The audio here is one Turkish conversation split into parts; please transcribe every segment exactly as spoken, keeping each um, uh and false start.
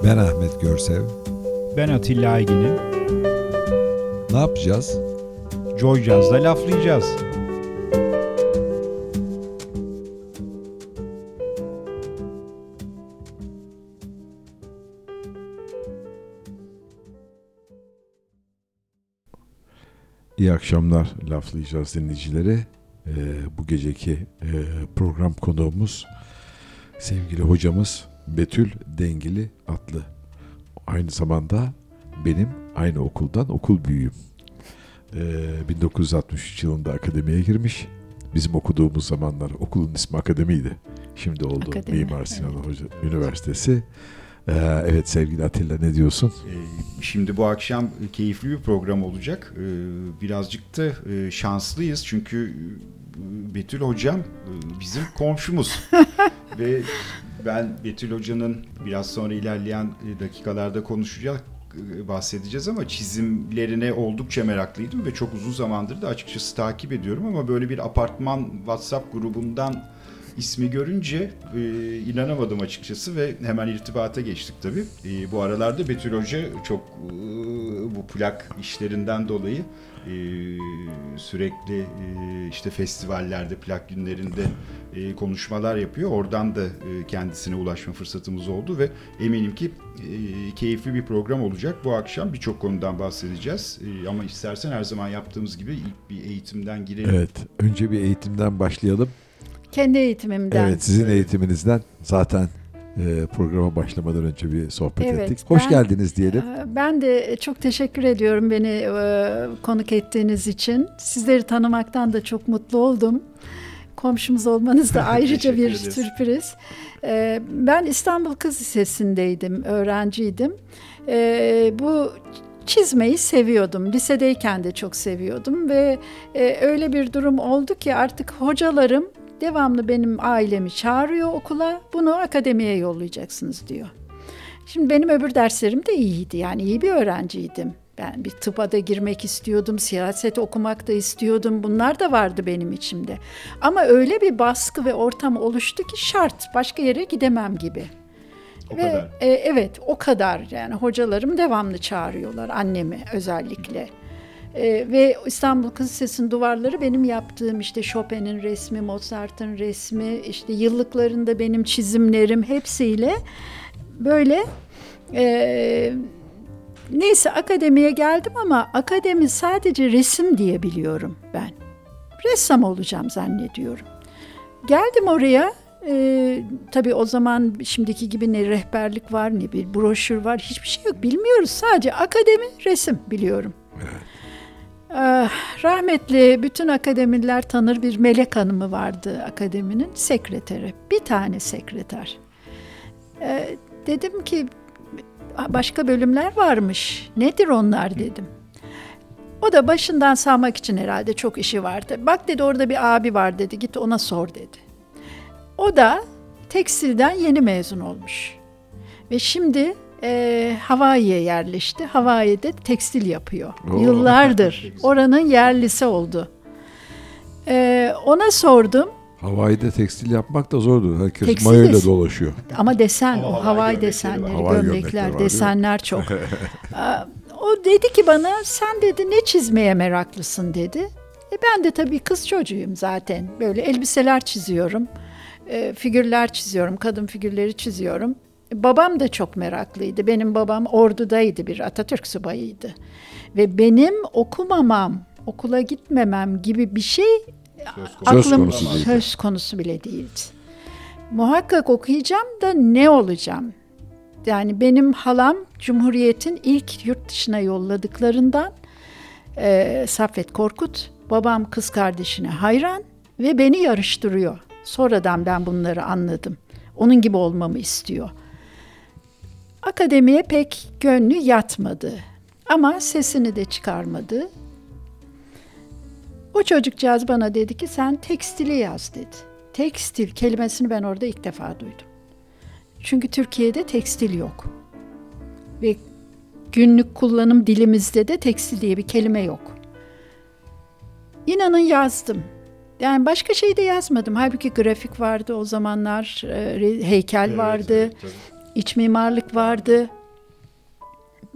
Ben Ahmet Görsev. Ben Atilla Aygin'im. Ne yapacağız? Joy Jazz'da laflayacağız. İyi akşamlar laflayacağız dinleyicileri. Ee, bu geceki e, program konuğumuz sevgili hocamız Betül Dengili Atlı. Aynı zamanda benim aynı okuldan okul büyüğüm. Ee, bin dokuz yüz altmış üç yılında akademiye girmiş. Bizim okuduğumuz zamanlar okulun ismi akademiydi. Şimdi oldu Akademi, Mimar Sinan evet. Hoca Üniversitesi. Ee, evet sevgili Atilla, ne diyorsun? Şimdi bu akşam keyifli bir program olacak. Birazcık da şanslıyız çünkü Betül Hocam bizim komşumuz. Ve ben Betül Hoca'nın biraz sonra ilerleyen dakikalarda konuşacak, bahsedeceğiz ama çizimlerine oldukça meraklıydım ve çok uzun zamandır da açıkçası takip ediyorum ama böyle bir apartman WhatsApp grubundan ismi görünce e, inanamadım açıkçası ve hemen irtibata geçtik tabii. E, bu aralarda Betül Hoca çok e, bu plak işlerinden dolayı e, sürekli e, işte festivallerde, plak günlerinde e, konuşmalar yapıyor. Oradan da e, kendisine ulaşma fırsatımız oldu ve eminim ki e, keyifli bir program olacak. Bu akşam birçok konudan bahsedeceğiz. E, ama istersen her zaman yaptığımız gibi ilk bir eğitimden girelim. Evet, önce bir eğitimden başlayalım. Kendi eğitimimden. Evet, sizin eğitiminizden zaten e, programa başlamadan önce bir sohbet Evet, ettik. Hoş ben- geldiniz diyelim. Ben de çok teşekkür ediyorum beni e, konuk ettiğiniz için. Sizleri tanımaktan da çok mutlu oldum. Komşumuz olmanız da ayrıca Teşekkür bir ederiz. sürpriz. E, ben İstanbul Kız Lisesi'ndeydim, öğrenciydim. E, bu çizmeyi seviyordum. Lisedeyken de çok seviyordum ve e, öyle bir durum oldu ki artık hocalarım devamlı benim ailemi çağırıyor okula. Bunu akademiye yollayacaksınız diyor. Şimdi benim öbür derslerim de iyiydi. Yani iyi bir öğrenciydim. Ben bir tıpa da girmek istiyordum, siyaset okumak da istiyordum. Bunlar da vardı benim içimde. Ama öyle bir baskı ve ortam oluştu ki şart, başka yere gidemem gibi. O Ve, kadar. e, evet, o kadar. Yani hocalarım devamlı çağırıyorlar, annemi özellikle. E, ve İstanbul Kız Lisesi'nin duvarları benim yaptığım işte Chopin'in resmi, Mozart'ın resmi, işte yıllıklarında benim çizimlerim hepsiyle böyle e, neyse akademiye geldim ama akademi sadece resim diye biliyorum ben. Ressam olacağım zannediyorum. Geldim oraya. Ee, tabii o zaman şimdiki gibi ne rehberlik var ne bir broşür var, hiçbir şey yok, bilmiyoruz, sadece akademi resim biliyorum. Ee, rahmetli bütün akademiler tanır, bir Melek Hanım'ı vardı akademinin sekreteri, bir tane sekreter. Ee, dedim ki başka bölümler varmış, nedir onlar dedim. O da başından sağmak için herhalde çok işi vardı. Bak dedi, orada bir abi var dedi, git ona sor dedi. O da tekstilden yeni mezun olmuş. Ve şimdi e, Hawaii'ye yerleşti. Hawaii'de tekstil yapıyor. Oo. Yıllardır. Oranın yerlisi oldu. E, ona sordum. Hawaii'de tekstil yapmak da zordur. Herkes Tekstil mayoyla de- dolaşıyor. Ama desen, Ama o Hawaii Hawaii gömlekleri desenleri, var. Hawaii gömlekleri gömlekler, var, değil mi? desenler çok. Aa, o dedi ki bana, sen dedi ne çizmeye meraklısın dedi. E ben de tabii kız çocuğuyum zaten. Böyle elbiseler çiziyorum. E, figürler çiziyorum, kadın figürleri çiziyorum. E, babam da çok meraklıydı. Benim babam ordudaydı, bir Atatürk subayıydı. Ve benim okumamam, okula gitmemem gibi bir şey Söz Söz aklım konusu değildi. söz konusu bile değildi. Muhakkak okuyacağım da ne olacağım? Yani benim halam Cumhuriyet'in ilk yurt dışına yolladıklarından e, Saffet Korkut, babam kız kardeşine hayran ve beni yarıştırıyor. Sonradan ben bunları anladım. Onun gibi olmamı istiyor. Akademiye pek gönlü yatmadı ama sesini de çıkarmadı. O çocukcağız bana dedi ki sen tekstili yaz dedi. Tekstil kelimesini ben orada ilk defa duydum. Çünkü Türkiye'de tekstil yok. Ve günlük kullanım dilimizde de tekstil diye bir kelime yok. İnanın yazdım. Yani başka şey de yazmadım. Halbuki grafik vardı o zamanlar, heykel Evet, vardı, evet, tabii. iç mimarlık vardı.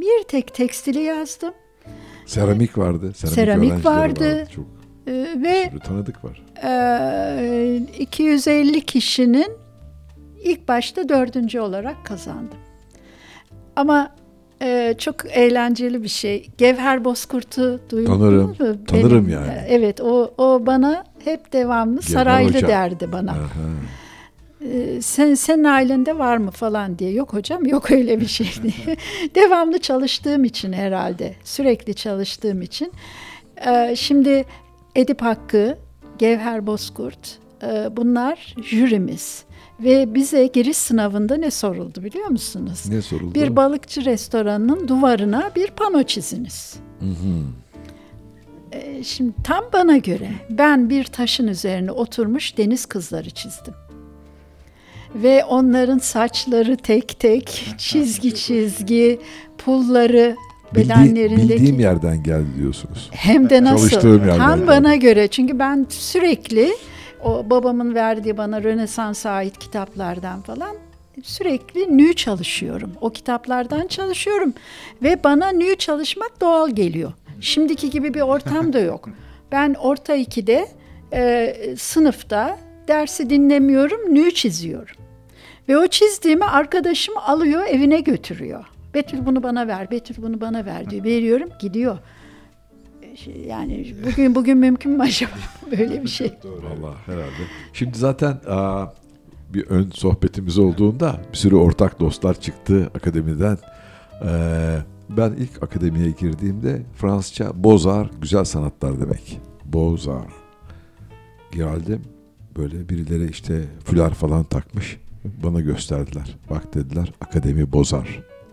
Bir tek tekstili yazdım. Seramik vardı. Seramik, Seramik öğrencileri vardı. Çok Ee, bir ve sürü tanıdık var. e, iki yüz elli kişinin ilk başta dördüncü olarak kazandım. Ama e, çok eğlenceli bir şey. Gevher Bozkurt'u duydunuz Tanırım, mu? tanırım Benim, yani. Evet, o o bana hep devamlı Gevher saraylı Hoca. derdi bana. Aha. Ee, sen senin ailende var mı falan diye. Yok hocam, yok öyle bir şey diye. Devamlı çalıştığım için herhalde. Sürekli çalıştığım için. Ee, şimdi Edip Hakkı, Gevher Bozkurt, e, bunlar jürimiz. Ve bize giriş sınavında ne soruldu biliyor musunuz? Ne soruldu? Bir balıkçı restoranının duvarına bir pano çiziniz. Hı hı. Ee, şimdi tam bana göre ben bir taşın üzerine oturmuş deniz kızları çizdim. Ve onların saçları tek tek, çizgi çizgi, pulları, Bildi- bedenlerindeki... bildiğim yerden geldi diyorsunuz. Hem de nasıl? Çalıştığım yerden Tam geldi. bana göre. Çünkü ben sürekli o babamın verdiği bana Rönesans'a ait kitaplardan falan sürekli nü çalışıyorum. O kitaplardan çalışıyorum. Ve bana nü çalışmak doğal geliyor. Şimdiki gibi bir ortam da yok. Ben orta ikide e, sınıfta dersi dinlemiyorum, nü çiziyorum. Ve o çizdiğimi arkadaşım alıyor, evine götürüyor. Betül bunu bana ver, Betül bunu bana ver diyor. Veriyorum, gidiyor. Yani bugün bugün mümkün mü acaba böyle bir şey? Vallahi herhalde. Şimdi zaten aa, bir ön sohbetimiz olduğunda bir sürü ortak dostlar çıktı akademiden. Ee, ben ilk akademiye girdiğimde Fransızca Beaux-Arts, güzel sanatlar demek. Beaux-Arts. Geldim, böyle birileri işte fular falan takmış. Bana gösterdiler. Bak dediler, Akademi Beaux-Arts.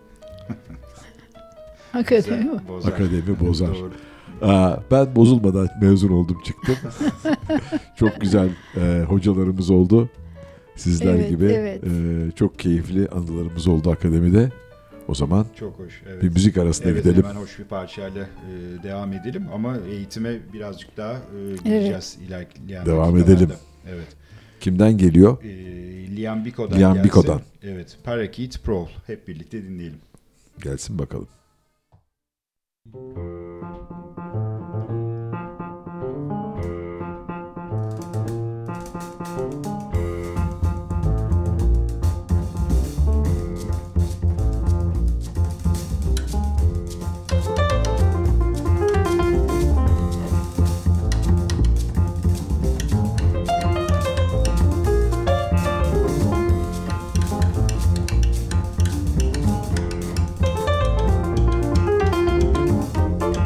Akademi mi? Bozar. Akademi Beaux-Arts. Doğru. Aa, ben bozulmadan mezun oldum, çıktım. Çok güzel e, hocalarımız oldu. Sizler Evet, gibi evet. e, çok keyifli anılarımız oldu akademide. O zaman Çok hoş. Evet. bir müzik arasına Evet, gidelim. hemen hoş bir parçayla e, devam edelim ama eğitime birazcık daha e, gireceğiz ilerleyen Devam dakikalarda. edelim. Evet. Kimden geliyor? E, Liam Biko'dan Liam gelsin. Biko'dan. Evet. Parakeet Prowl. Hep birlikte dinleyelim. Gelsin bakalım. Thank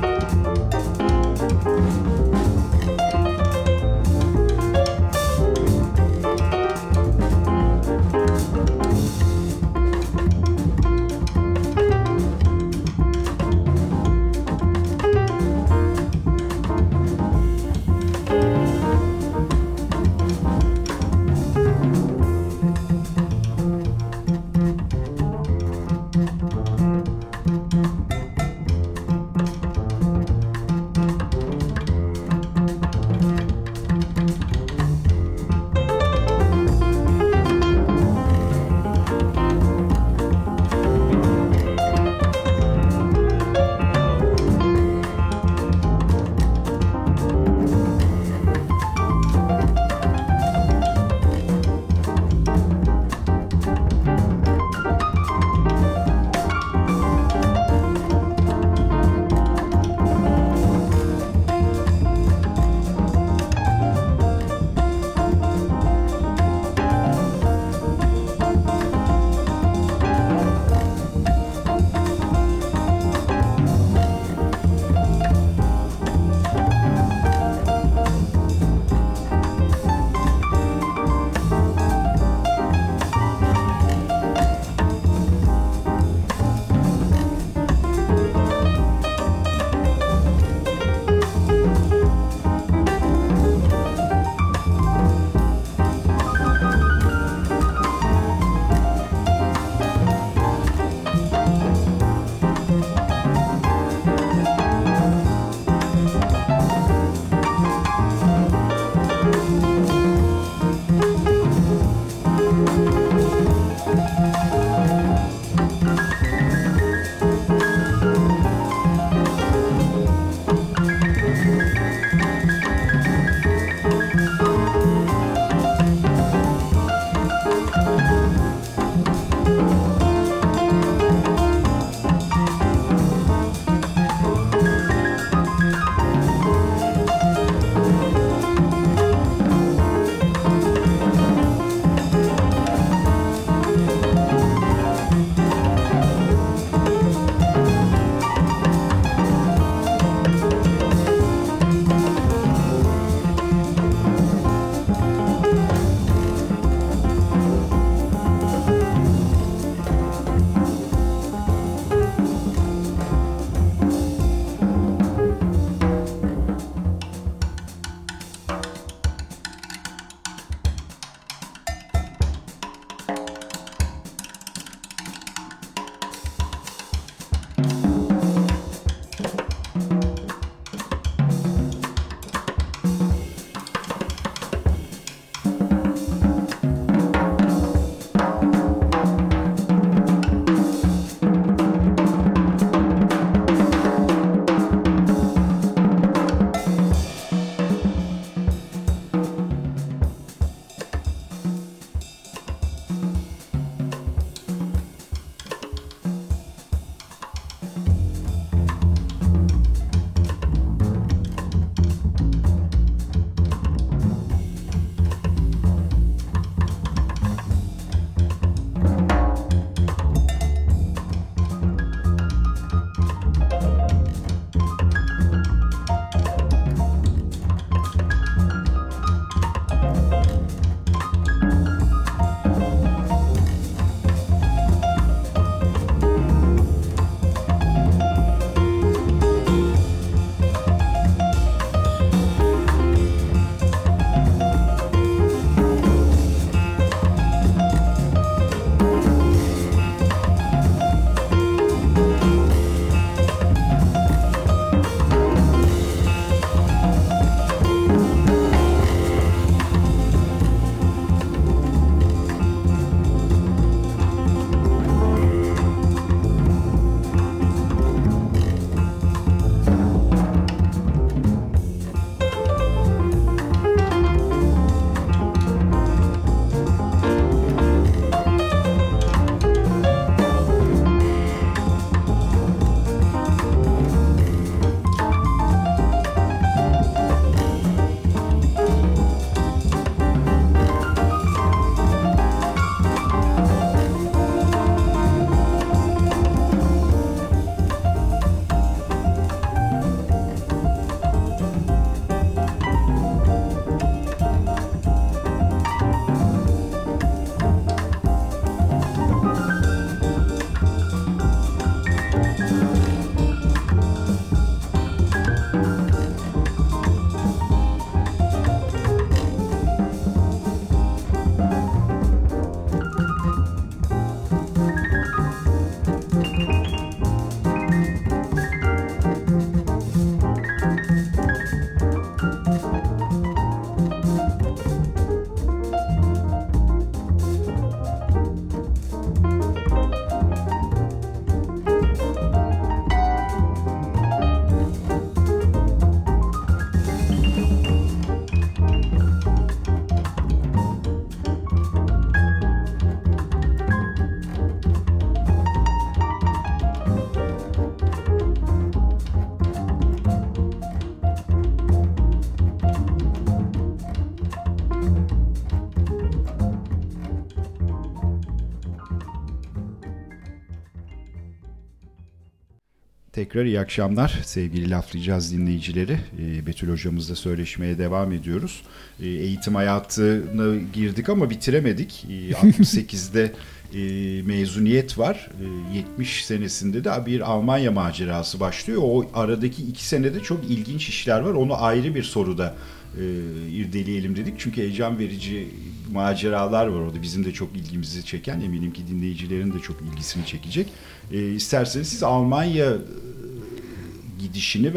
Tekrar iyi akşamlar sevgili Laflayacağız dinleyicileri. E, Betül hocamızla söyleşmeye devam ediyoruz. E, eğitim hayatına girdik ama bitiremedik. E, altmış sekizde e, mezuniyet var. E, yetmiş senesinde de bir Almanya macerası başlıyor. O aradaki iki senede çok ilginç işler var. Onu ayrı bir soruda e, irdeleyelim dedik. Çünkü heyecan verici maceralar var orada. Bizim de çok ilgimizi çeken, eminim ki dinleyicilerin de çok ilgisini çekecek. E, isterseniz siz Almanya gidişini ve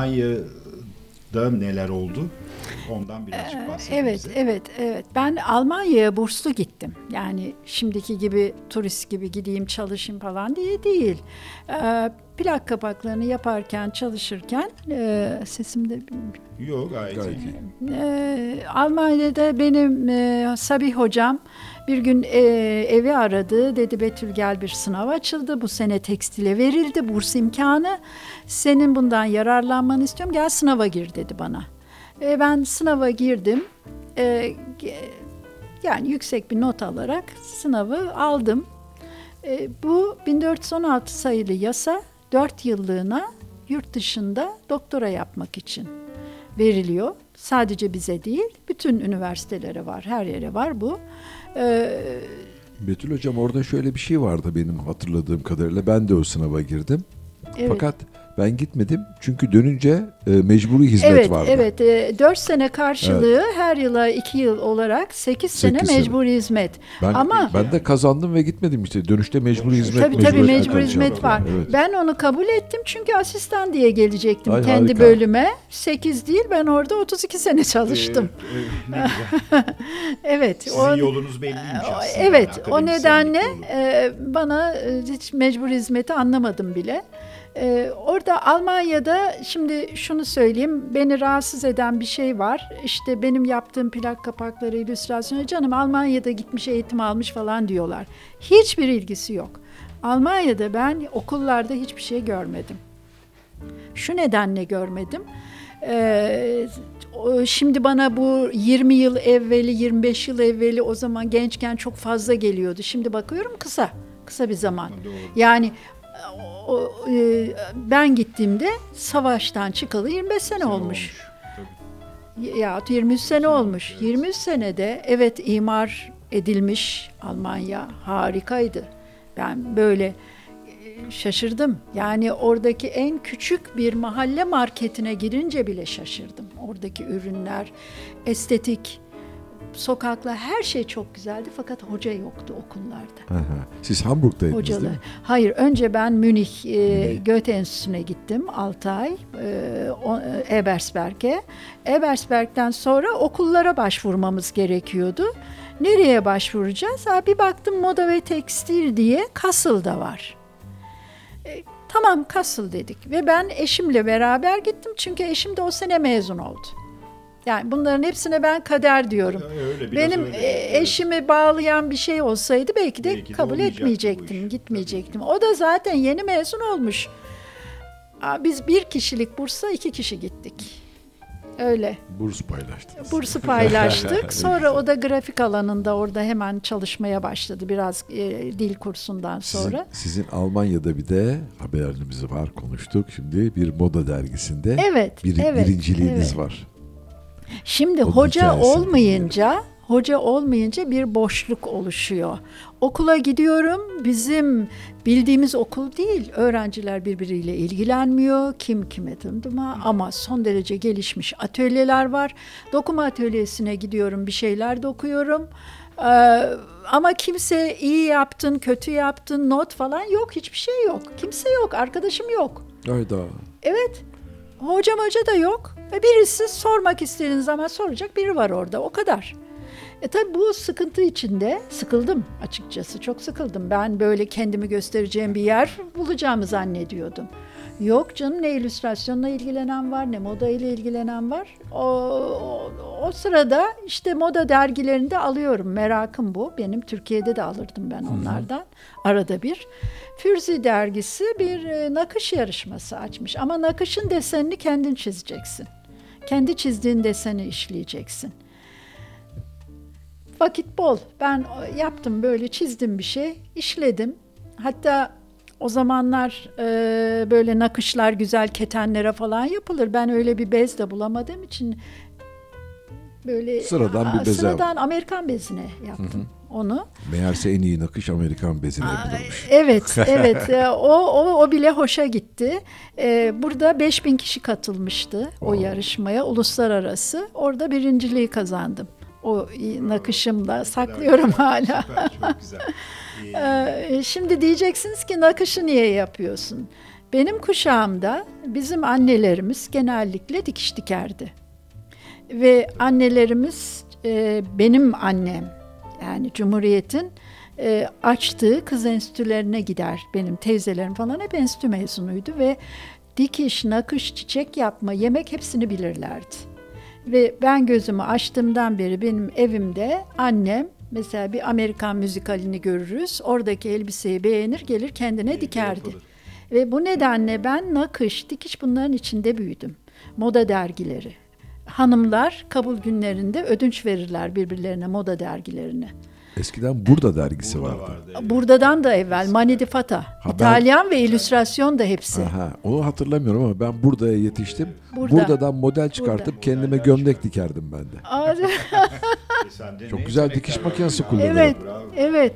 Almanya'da neler oldu? Ondan birazcık bahsedin Evet, bize. evet, evet. Ben Almanya'ya burslu gittim. Yani şimdiki gibi turist gibi gideyim çalışayım falan diye değil. Ee, plak kapaklarını yaparken, çalışırken e, sesim de Yok gayet, Gayet iyi. iyi. Ee, Almanya'da benim e, Sabih hocam bir gün e, evi aradı. Dedi Betül gel, bir sınav açıldı. Bu sene tekstile verildi burs imkanı. Senin bundan yararlanmanı istiyorum. Gel sınava gir dedi bana. E, ben sınava girdim. E, yani yüksek bir not alarak sınavı aldım. E, bu bin dört yüz on altı sayılı yasa dört yıllığına yurt dışında doktora yapmak için veriliyor. Sadece bize değil, bütün üniversitelere var, her yere var bu. Ee, Betül hocam, orada şöyle bir şey vardı benim hatırladığım kadarıyla. Ben de o sınava girdim. evet. Fakat ben gitmedim çünkü dönünce e, mecburi hizmet Evet, vardı. evet. E, dört sene karşılığı her yıla iki yıl olarak sekiz sene Sekiz sene. mecburi hizmet. Ben, Ama ben de kazandım ve gitmedim işte. Dönüşte mecburi hizmet. tabii tabii mecburiyetten mecbur hizmet kalacağım. var. Evet. Ben onu kabul ettim çünkü asistan diye gelecektim Ay, kendi harika. bölüme. sekiz değil, ben orada otuz iki sene çalıştım. Ee, e, ne güzel. Evet. Sizin o- yolunuz belliymiş aslında. Evet, Yani o akademisyenlik nedenle yolu. e, bana e, hiç mecbur hizmeti anlamadım bile. E, orada Almanya'da şimdi şunu söyleyeyim, beni rahatsız eden bir şey var. İşte benim yaptığım plak kapakları, illüstrasyonu, canım Almanya'da gitmiş eğitim almış falan diyorlar. Hiçbir ilgisi yok. Almanya'da ben okullarda hiçbir şey görmedim. Şu nedenle görmedim. Ee, o- şimdi bana bu yirmi yıl evveli, yirmi beş yıl evveli, o zaman gençken çok fazla geliyordu. Şimdi bakıyorum kısa, kısa bir zaman. Doğru. Yani o, e, ben gittiğimde savaştan çıkalı yirmi beş sene Sene olmuş. Tabii. Ya yirmi üç sene olmuş. Evet. yirmi üç senede evet imar edilmiş Almanya, harikaydı. Ben böyle e, şaşırdım. Yani oradaki en küçük bir mahalle marketine girince bile şaşırdım. Oradaki ürünler, estetik, sokaklar, her şey çok güzeldi fakat hoca yoktu okullarda. Aha. Siz Hamburg'daydınız Hocalar. değil mi? Hayır, önce ben Münih e, Münih. Goethe Enstitüsü'ne gittim altı ay, e, o- e, Ebersberg'e. Ebersberg'den sonra okullara başvurmamız gerekiyordu. Nereye başvuracağız? Ha, bir baktım moda ve tekstil diye Kassel'da var. E, tamam Kassel dedik ve ben eşimle beraber gittim çünkü eşim de o sene mezun oldu. Yani bunların hepsine ben kader diyorum. Ya, öyle, biraz Benim öyle. e, Evet. eşimi bağlayan bir şey olsaydı belki de Belki de kabul olmayacaktı bu etmeyecektim, iş. gitmeyecektim. O da zaten yeni mezun olmuş. Aa, biz bir kişilik bursa iki kişi gittik. Öyle. Burs paylaştınız. Bursu paylaştık. Ne Sonra güzel. o da grafik alanında orada hemen çalışmaya başladı biraz e, dil kursundan sonra. Sizin, sizin Almanya'da bir de haberimiz var, konuştuk. Şimdi bir moda dergisinde Evet, bir, evet, birinciliğiniz evet. var. Şimdi Onun hoca hikayesini olmayınca, hoca olmayınca bir boşluk oluşuyor. Okula gidiyorum, bizim bildiğimiz okul değil. Öğrenciler birbiriyle ilgilenmiyor, kim kime tanıdıma, ama son derece gelişmiş atölyeler var. Dokuma atölyesine gidiyorum, bir şeyler dokuyorum. Ee, ama kimse iyi yaptın, kötü yaptın, not falan yok, hiçbir şey yok. Kimse yok, arkadaşım yok. Hayda. Evet. Hocam hoca da yok. Ve birisi sormak istediğiniz zaman soracak biri var orada. O kadar. E tabi bu sıkıntı içinde sıkıldım açıkçası. Çok sıkıldım. Ben böyle kendimi göstereceğim bir yer bulacağımı zannediyordum. Yok canım, ne illüstrasyonla ilgilenen var, ne moda ile ilgilenen var. O, o, o sırada işte moda dergilerinde alıyorum. Merakım bu. Benim Türkiye'de de alırdım ben onlardan. Arada bir. Fürzi dergisi bir e, nakış yarışması açmış. Ama nakışın desenini kendin çizeceksin. Kendi çizdiğin deseni işleyeceksin. Vakit bol. Ben yaptım, böyle çizdim bir şey, işledim. Hatta O zamanlar e, böyle nakışlar güzel ketenlere falan yapılır. Ben öyle bir bez de bulamadığım için böyle Sıradan bir aa, beze sıradan Amerikan bezine yaptım onu. Meğerse en iyi nakış Amerikan bezine yapılırmış. Evet, evet. E, o, o o bile hoşa gitti. E, burada beş bin kişi katılmıştı o Wow. yarışmaya, uluslararası. Orada birinciliği kazandım. O nakışımla saklıyorum hala. Süper, çok güzel. Ee, Ee, Şimdi diyeceksiniz ki nakışı niye yapıyorsun? Benim kuşağımda bizim annelerimiz genellikle dikiş dikerdi. Ve annelerimiz, e, benim annem, yani Cumhuriyet'in e, açtığı kız enstitülerine gider. Benim teyzelerim falan hep enstitü mezunuydu ve dikiş, nakış, çiçek yapma, yemek hepsini bilirlerdi. Ve ben gözümü açtığımdan beri benim evimde annem mesela bir Amerikan müzikalini görürüz. Oradaki elbiseyi beğenir, gelir kendine dikerdi. yapılır. Ve bu nedenle ben nakış, dikiş bunların içinde büyüdüm. Moda dergileri. Hanımlar kabul günlerinde ödünç verirler birbirlerine moda dergilerine. Eskiden Burada dergisi Burada vardı. evet. Buradan da evvel Mani di Fata. ben- İtalyan ve illüstrasyon da hepsi. Aha, onu hatırlamıyorum ama ben Burada'ya yetiştim. Burada. Buradan model çıkartıp Burada. kendime Modeller gömlek dikerdim ben de. Aa, E sen de Çok ne güzel yetenekler dikiş var makinesi ya. kullanırım. Evet, Bravo. evet.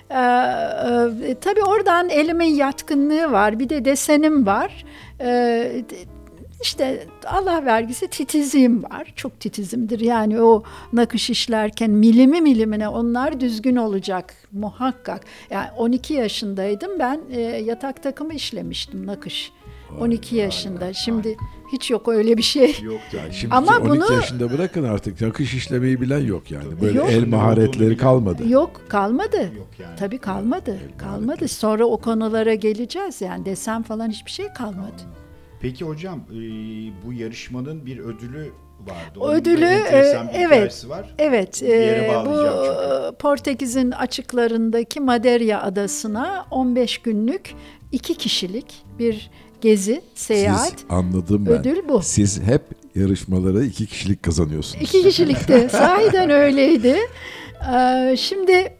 Ee, e, tabii oradan elimin yatkınlığı var. Bir de desenim var. Ee, işte Allah vergisi titizliğim var. Çok titizimdir. Yani o nakış işlerken milimi milimine onlar düzgün olacak muhakkak. Yani on iki yaşındaydım. Ben e, yatak takımı işlemiştim nakış. on iki yaşında. Şimdi hiç yok öyle bir şey. Yok yani. Şimdi Ama on iki bunu- yaşında bırakın artık nakış işlemeyi bilen yok yani. Böyle Yok. el maharetleri kalmadı. Yok kalmadı. Yok yani. Tabii kalmadı. Kalmadı. Sonra o konulara geleceğiz. Yani desen falan hiçbir şey kalmadı. Peki hocam e, bu yarışmanın bir ödülü vardı. O Onun da ödülü, enteresan bir e, evet. hikayesi var. Evet, Bir yere e, bu bağlayacağım e, Portekiz'in açıklarındaki Madeira adasına on beş günlük iki kişilik bir gezi, seyahat. Siz anladım ben. Ödül bu. Siz hep yarışmaları iki kişilik kazanıyorsunuz. İki kişilikti. Sahiden öyleydi. Ee, Şimdi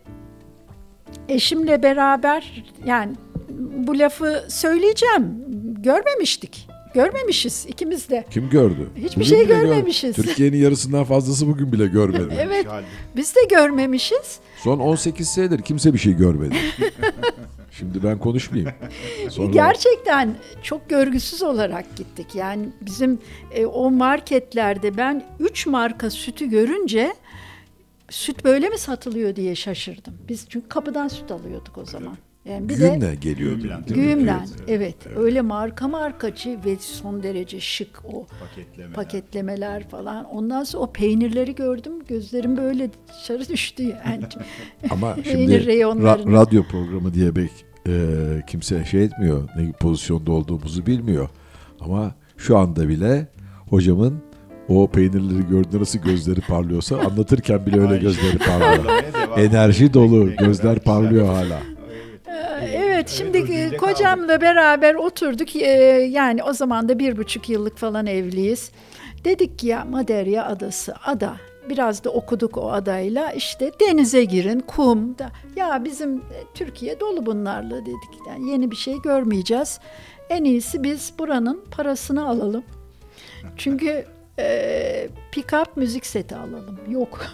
eşimle beraber yani bu lafı söyleyeceğim. Görmemiştik. Görmemişiz ikimiz de. Kim gördü? Hiçbir şey bile gör- görmemişiz. Türkiye'nin yarısından fazlası bugün bile görmedi. Evet. Halde. Biz de görmemişiz. Son on sekiz senedir kimse bir şey görmedi. Şimdi ben konuşmayayım. Sonra Gerçekten çok görgüsüz olarak gittik. Yani bizim e, o marketlerde ben üç marka sütü görünce süt böyle mi satılıyor diye şaşırdım. Biz çünkü kapıdan süt alıyorduk o zaman. Yani bir de Güğümle geliyordu. Güğümle. değil mi? güğümden, Evet. evet, öyle marka markacı ve son derece şık o Paketlemeler. paketlemeler falan. Ondan sonra o peynirleri gördüm. Gözlerim böyle dışarı düştü yani. Ama Peynir şimdi ra- reyonlarını. radyo programı diye bek e, kimse şey etmiyor. Ne pozisyonda olduğumuzu bilmiyor. Ama şu anda bile hocamın o peynirleri gördüğünde nasıl gözleri parlıyorsa anlatırken bile öyle Aynen. gözleri parlıyor. Parlamaya devam Enerji ediyor. dolu, Ne kadar gözler güzel. parlıyor hala. Evet, şimdi ödülle kocamla beraber oturduk. Ee, yani o zaman da bir buçuk yıllık falan evliyiz. Dedik ki ya Madeira adası, ada. Biraz da okuduk o adayla. İşte denize girin, kum da. Ya bizim e, Türkiye dolu bunlarla dedik. Yani yeni bir şey görmeyeceğiz. En iyisi biz buranın parasını alalım. Çünkü e, pick-up müzik seti alalım. Yok.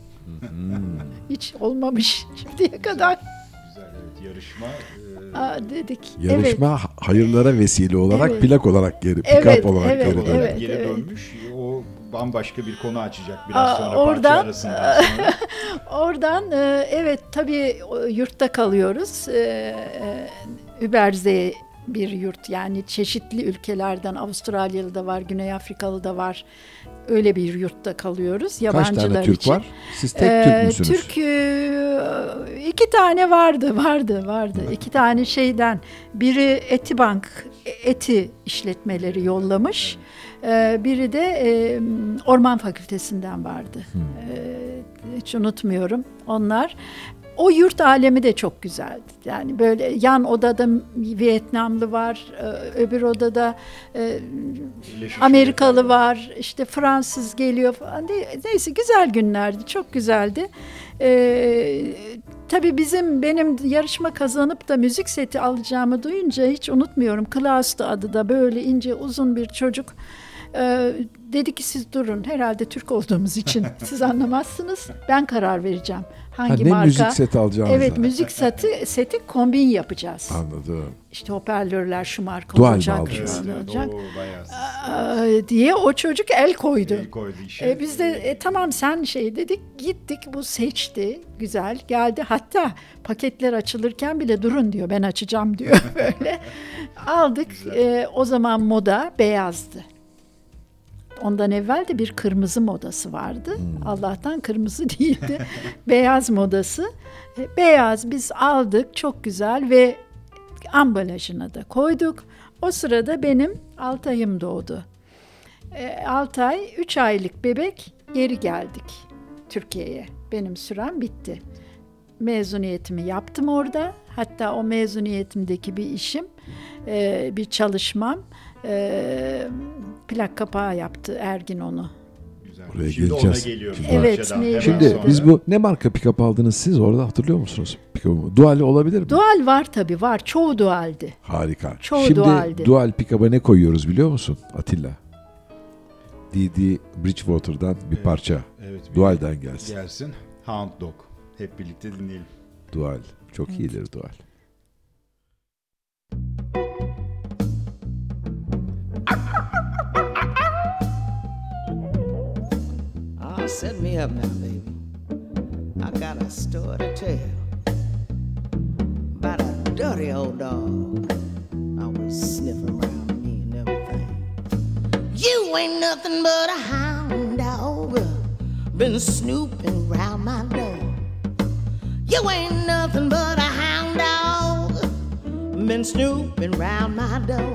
Hiç olmamış şimdiye kadar. Güzel evet yarışma. e, Aa, dedik. Yarışma hayırlara vesile olarak, Evet. plak olarak geri, Evet, pick-up olarak evet, geri olarak dönüyor. evet. geri dönmüş. O bambaşka bir konu açacak biraz Aa, sonra oradan- parça arasından sonra. Oradan e, evet tabii o, yurtta kalıyoruz. E, e, Übersee bir yurt yani çeşitli ülkelerden Avustralyalı da var, Güney Afrikalı da var. Öyle bir yurtta kalıyoruz Kaç yabancılar tane Türk için. var? Siz tek Ee, Türk müsünüz? Türk e, iki tane vardı, vardı, vardı. İki tane şeyden. Biri Etibank, Eti işletmeleri yollamış. Ee, biri de e, Orman Fakültesinden vardı. Ee, hiç unutmuyorum onlar. O yurt alemi de çok güzeldi. Yani böyle yan odada Vietnamlı var, e, öbür odada e, Birleşmiş Amerikalı Milletler. var, işte Fransız geliyor falan. Neyse güzel günlerdi, çok güzeldi. Ee, tabii bizim benim yarışma kazanıp da müzik seti alacağımı duyunca hiç unutmuyorum. Klaus'tu adı da, böyle ince uzun bir çocuk. Ee, dedi ki siz durun, herhalde Türk olduğumuz için siz anlamazsınız, ben karar vereceğim hangi Ha, ne marka. müzik seti alacağınız? Evet, müzik seti seti kombin yapacağız. Anladım. İşte hoparlörler şu marka Dual mi olacak, aldınız? şu Evet, marka evet, olacak o bayağı Aa, diye o çocuk el koydu. el koydu işe. E, biz de e, tamam sen şey dedik, gittik, bu seçti, güzel geldi, hatta paketler açılırken bile durun diyor, ben açacağım diyor böyle. Aldık. E, o zaman moda beyazdı. Ondan evvel de bir kırmızı modası vardı. Hmm. Allah'tan kırmızı değildi. Beyaz modası. E, beyaz biz aldık, çok güzel ve ambalajına da koyduk. O sırada benim Altay'ım doğdu. E, Altay üç aylık bebek, geri geldik Türkiye'ye. Benim sürem bitti. Mezuniyetimi yaptım orada. Hatta o mezuniyetimdeki bir işim, e, bir çalışmam, e, plak kapağı yaptı Ergin onu. Güzel. Buraya Şimdi geleceğiz. ona geliyoruz. Şimdi- Evet, Parçadan ne- hemen Şimdi sonra. biz bu ne marka pick-up aldınız siz orada, hatırlıyor musunuz? Pick-up, Dual olabilir mi? Dual var tabii, var. Çoğu dualdi. Harika. Çoğu Şimdi dualdi. Dual pick-up'a ne koyuyoruz biliyor musun Atilla? D D Bridgewater'dan bir Evet, parça. Evet, bir Dual'den gelsin. gelsin. Hound Dog. Hep birlikte dinleyelim. Dual. Çok iyidir Dual. Oh, set me up now, baby. I got a story to tell about a dirty old dog always sniffing around me and everything. You ain't nothing but a hound dog, been snooping around my door. You ain't nothing but a hound dog, been snooping around my door.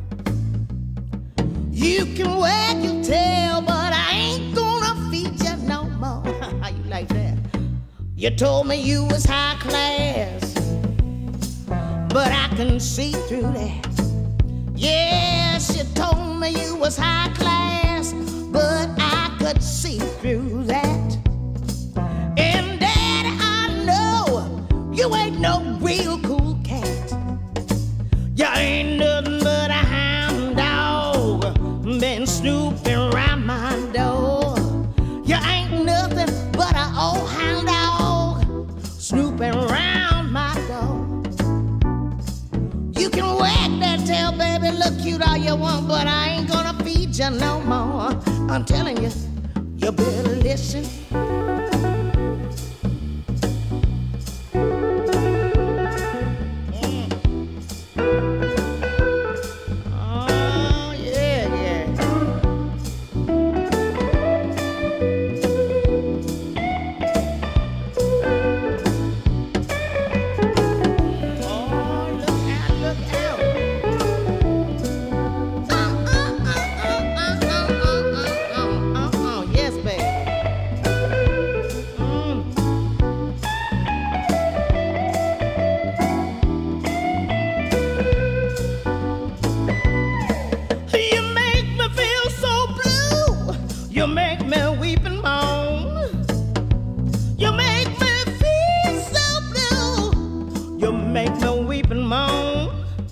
You can wag your tail, but I ain't gonna feed you no more. How you like that? You told me you was high class, but I can see through that. Yes, you told me you was high class, but I could see through that. And Daddy, I know you ain't no real cool cat. You ain't nothing but a hound dog, been snooping around my door. You ain't nothing but an old hound dog, snooping around my door. You can wag that tail, baby, look cute all you want, but I ain't gonna feed you no more. I'm telling you, you better listen. Oh, yeah, yeah. Oh, look out, look out. Uh, uh, uh, uh, uh, uh, uh, uh, uh, uh, yes, baby. Mm. You make me feel so blue. You make me weep and moan. You make me feel so blue. You make me weep and moan.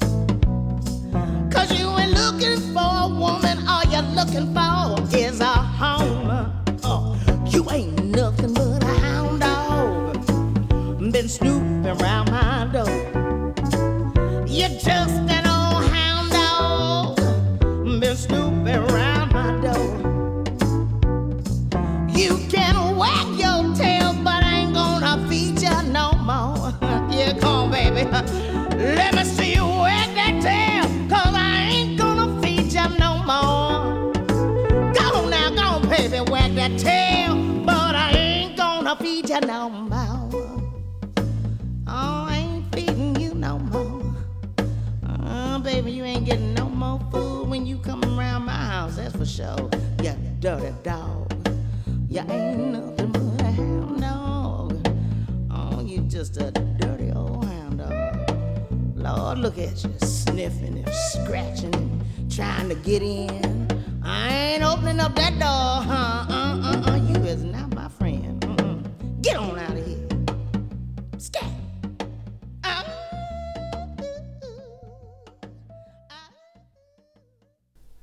Cause you ain't looking for a woman. All you're looking for is a home. Oh, you ain't nothing but a hound dog, been snooping around my door. You're just an old hound dog, been snooping around my door. You can wag your tail, but I ain't gonna feed you no more. Yeah, come on, baby. Let me see you wag that tail, cause I ain't gonna feed you no more. Go on now, go on, baby, wag that tail, but I ain't gonna feed you no more. Oh, I ain't feeding you no more. Oh, baby, you ain't getting no more food when you come around my house, that's for sure. You dirty dog. You ain't nothing but a hound dog. Oh, you just a dirty old hound dog. Lord, look at you, sniffing and scratching and trying to get in. I ain't opening up that door, huh? Uh, uh, uh, you is not my friend. Mm-mm. Get on out of here. Skip.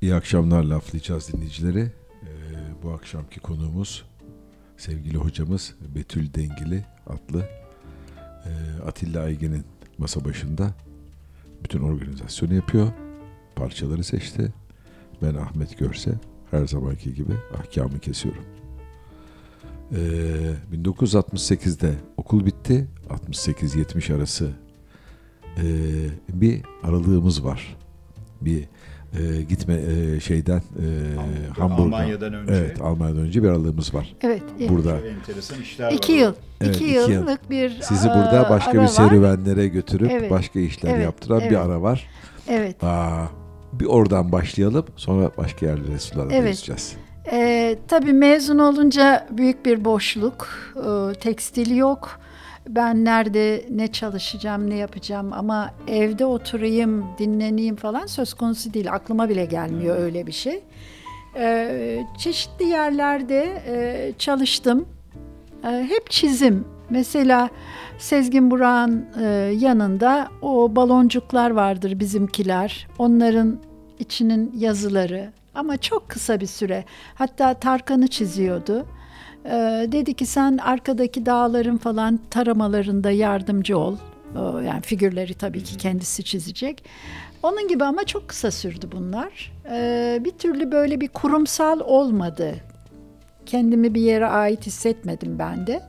İyi akşamlar laflayacağız dinleyicileri. Ee, bu akşamki konuğumuz sevgili hocamız Betül Dengili adlı e, Atilla Aygin'in masa başında bütün organizasyonu yapıyor. Parçaları seçti. Ben Ahmet Görse her zamanki gibi ahkamı kesiyorum. Ee, bin dokuz yüz altmış sekizde okul bitti. altmış sekiz yetmiş arası ee, bir aralığımız var. Bir e, gitme e, şeyden e, Hamburg'a. Almanya'dan önce. Evet, Almanya'dan önce bir aralığımız var. Evet. Burada Çok enteresan işler iki var. yıl. Evet, iki iki yıllık yıl. bir Sizi aa, burada başka ara bir var. serüvenlere götürüp Evet, başka işler evet, yaptıran evet. bir ara var. Evet. Aa, bir oradan başlayalım, sonra başka yerlere sulara Evet. geçeceğiz. Ee, tabii mezun olunca büyük bir boşluk. Ee, tekstil yok. Ben nerede ne çalışacağım, ne yapacağım ama evde oturayım, dinleneyim falan söz konusu değil. Aklıma bile gelmiyor öyle bir şey. Ee, çeşitli yerlerde e, çalıştım. Ee, hep çizim. Mesela Sezgin Burak'ın e, yanında o baloncuklar vardır bizimkiler. Onların içinin yazıları. Ama çok kısa bir süre. Hatta Tarkan'ı çiziyordu. Ee, dedi ki sen arkadaki dağların falan taramalarında yardımcı ol. Ee, yani figürleri tabii ki kendisi çizecek. Onun gibi ama çok kısa sürdü bunlar. Ee, bir türlü böyle bir kurumsal olmadı. Kendimi bir yere ait hissetmedim ben de.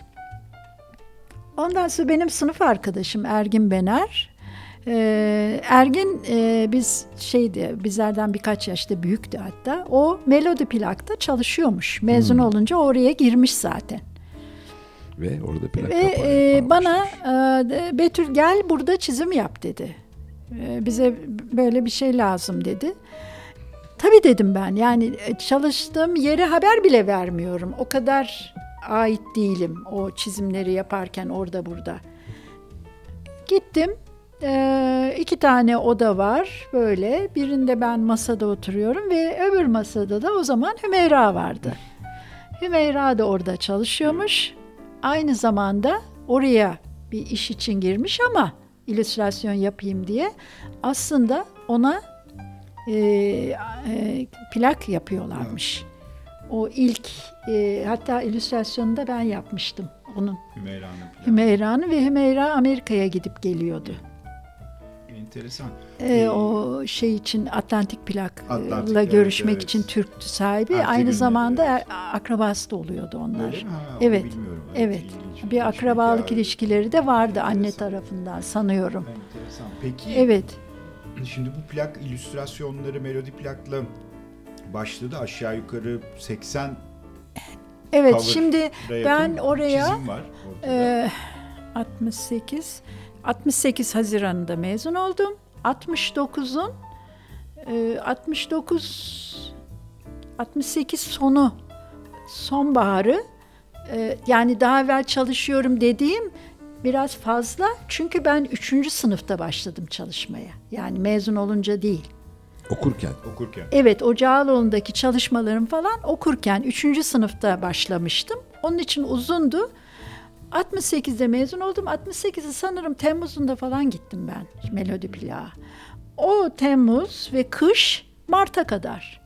Ondan sonra benim sınıf arkadaşım Ergin Bener. Ee, Ergin e, biz şeydi bizlerden birkaç yaşta büyüktü hatta. O Melodi Plak'ta çalışıyormuş. Mezun Hmm. olunca oraya girmiş zaten. Ve orada plak Ve kapağı e, yapmaya bana başlamış. e, Betül gel burada çizim yap dedi. E, bize böyle bir şey lazım dedi. Tabii dedim ben. Yani e, çalıştığım yere haber bile vermiyorum. O kadar ait değilim o çizimleri yaparken orada burada. Gittim. Ee, iki tane oda var böyle. Birinde ben masada oturuyorum ve öbür masada da o zaman Hümeyra vardı. Hümeyra da orada çalışıyormuş. Aynı zamanda oraya bir iş için girmiş ama illüstrasyon yapayım diye aslında ona e, e, plak yapıyorlarmış. O ilk e, hatta illüstrasyonunu da ben yapmıştım onun. Hümeyra'nın planı. Hümeyra'nın ve Hümeyra Amerika'ya gidip geliyordu. Enteresan. Ee, o şey için Atlantik Plak'la Atlantik, evet, görüşmek evet. için Türktü sahibi. Ha, Aynı tribünleri, zamanda evet. er- akrabası da oluyordu onlar. Öyle mi? Ha, onu Evet, bilmiyorum. evet. ilginç Bir akrabalık ya. ilişkileri de vardı anne Enteresan. tarafından sanıyorum. Enteresan. Peki Evet. şimdi bu plak illüstrasyonları Melodi Plak'la başladı. Aşağı yukarı seksen Evet, cover'a şimdi yakın ben oraya çizim var ortada. e, altmış sekiz altmış sekiz Haziran'da mezun oldum. altmış dokuzun e, altmış dokuz altmış sekiz sonu sonbaharı e, yani daha evvel çalışıyorum dediğim biraz fazla çünkü ben üçüncü sınıfta başladım çalışmaya. Yani mezun olunca değil. Okurken. Okurken. Evet, Ocağaloğlu'ndaki çalışmalarım falan okurken üçüncü sınıfta başlamıştım. Onun için uzundu. altmış sekizde mezun oldum. altmış sekizde sanırım Temmuz'unda falan gittim ben Melodi Plak'a. O Temmuz ve kış Mart'a kadar.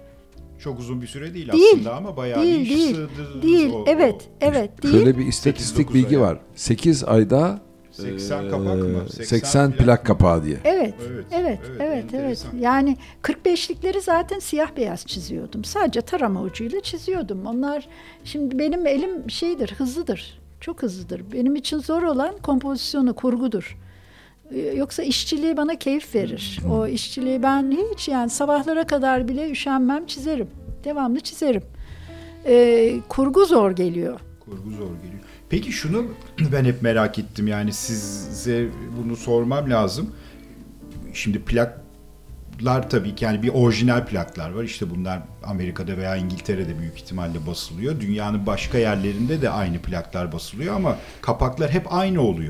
Çok uzun bir süre değil, Değil, aslında ama bayağı değil, bir iş değil, sığdırdınız Değil, o- evet, o evet, değil. Şöyle bir istatistik sekiz dokuz bilgi ay. var. sekiz ayda seksen e, kapak mı? seksen seksen plak plak mı? kapağı diye. Evet, Evet, evet, evet, evet, evet, enteresan. Yani kırk beşlikleri zaten siyah beyaz çiziyordum. Sadece tarama ucuyla çiziyordum. Onlar şimdi benim elim şeydir, hızlıdır. Çok hızlıdır. Benim için zor olan kompozisyonu, kurgudur. Ee, Yoksa işçiliği bana keyif verir. O işçiliği ben hiç yani sabahlara kadar bile üşenmem, çizerim. Devamlı çizerim. Ee, kurgu zor geliyor. Kurgu zor geliyor. Peki şunu ben hep merak ettim, yani size bunu sormam lazım. Şimdi plaklar tabii ki yani bir orijinal plaklar var. İşte bunlar Amerika'da veya İngiltere'de büyük ihtimalle basılıyor. Dünyanın başka yerlerinde de aynı plaklar basılıyor ama kapaklar hep aynı oluyor.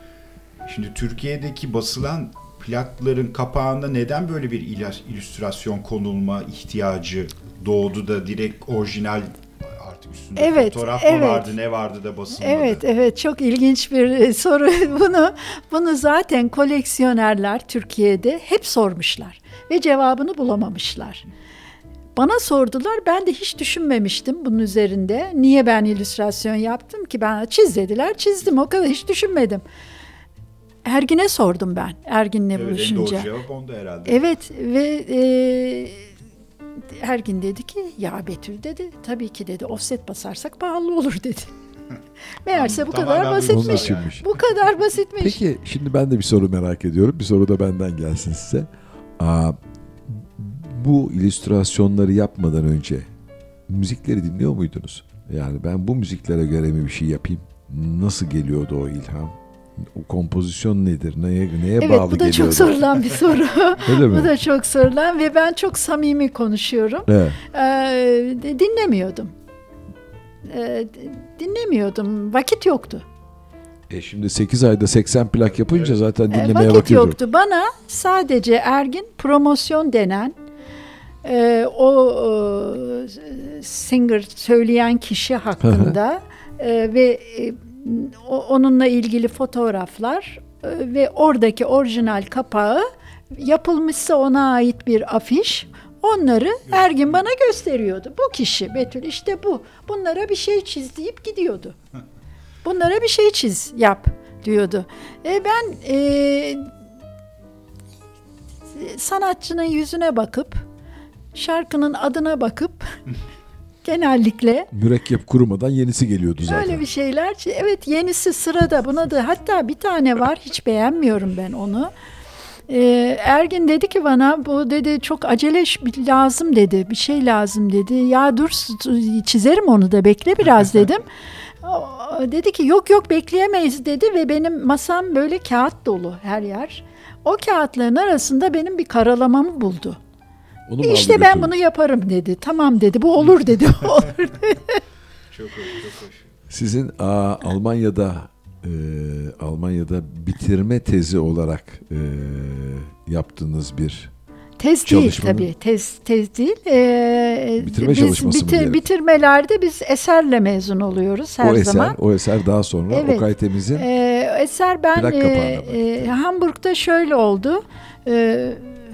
Şimdi Türkiye'deki basılan plakların kapağında neden böyle bir illüstrasyon konulma ihtiyacı doğdu da direkt orijinal artık üstünde Evet, fotoğraf mı evet. vardı, ne vardı da basılmadı? Evet, evet, çok ilginç bir soru. Bunu bunu zaten koleksiyonerler Türkiye'de hep sormuşlar ve cevabını bulamamışlar. Bana sordular, ben de hiç düşünmemiştim bunun üzerinde. Niye ben illüstrasyon yaptım ki? Ben çiz dediler, çizdim, o kadar, hiç düşünmedim. Ergin'e sordum ben, Ergin'le Evet, en buluşunca. doğru cevap onda herhalde. Evet ve e, Ergin dedi ki, ya Betül dedi, tabii ki dedi, offset basarsak pahalı olur dedi. Meğerse bu Tamamen kadar bir basitmiş. Onu düşünmüş. Bu kadar basitmiş. Peki şimdi ben de bir soru merak ediyorum. Bir soru da benden gelsin size. Aa, bu illüstrasyonları yapmadan önce müzikleri dinliyor muydunuz? Yani ben bu müziklere göre mi bir şey yapayım? Nasıl geliyordu o ilham? O kompozisyon nedir? Neye, neye Evet, bağlı bu da geliyordu? çok sorulan bir soru. Öyle mi? Bu da çok sorulan ve ben çok samimi konuşuyorum. Evet. Ee, dinlemiyordum. Ee, dinlemiyordum. Vakit yoktu. E şimdi sekiz ayda seksen plak yapınca zaten Ee, dinlemeye vakit vakit yok. yoktu. Bana sadece Ergin promosyon denen e, o e, singer söyleyen kişi hakkında e, ve e, o, onunla ilgili fotoğraflar e, ve oradaki orijinal kapağı yapılmışsa ona ait bir afiş, onları Ergin bana gösteriyordu. Bu kişi Betül işte bu. Bunlara bir şey çiz deyip gidiyordu. Bunlara bir şey çiz, yap diyordu. E ben e, sanatçının yüzüne bakıp, şarkının adına bakıp genellikle Mürekkep kurumadan yenisi geliyordu zaten. öyle bir şeyler. Evet, yenisi sırada. Buna da hatta bir tane var, hiç beğenmiyorum ben onu. Ee, Ergin dedi ki bana, bu dedi çok acele lazım dedi, bir şey lazım dedi. Ya dur çizerim onu da, bekle biraz dedim. O, dedi ki yok yok bekleyemeyiz dedi ve benim masam böyle kağıt dolu her yer. O kağıtların arasında benim bir karalamamı buldu. Onu mu E aldı işte ben götürdü? bunu yaparım dedi. Tamam dedi, bu olur dedi. Olur dedi. Çok hoş, çok hoş. Sizin aa, Almanya'da e, Almanya'da bitirme tezi olarak e, yaptığınız bir Tez değil Çalışmanın- tabii. Tez tez değil. Ee, Bitirme biz çalışması mı diyelim? bitirmelerde biz eserle mezun oluyoruz her o eser, zaman. o eser daha sonra Evet. Okay Temiz'in Ee, eser ben Plak e, kapağına e, Hamburg'da şöyle oldu. Ee,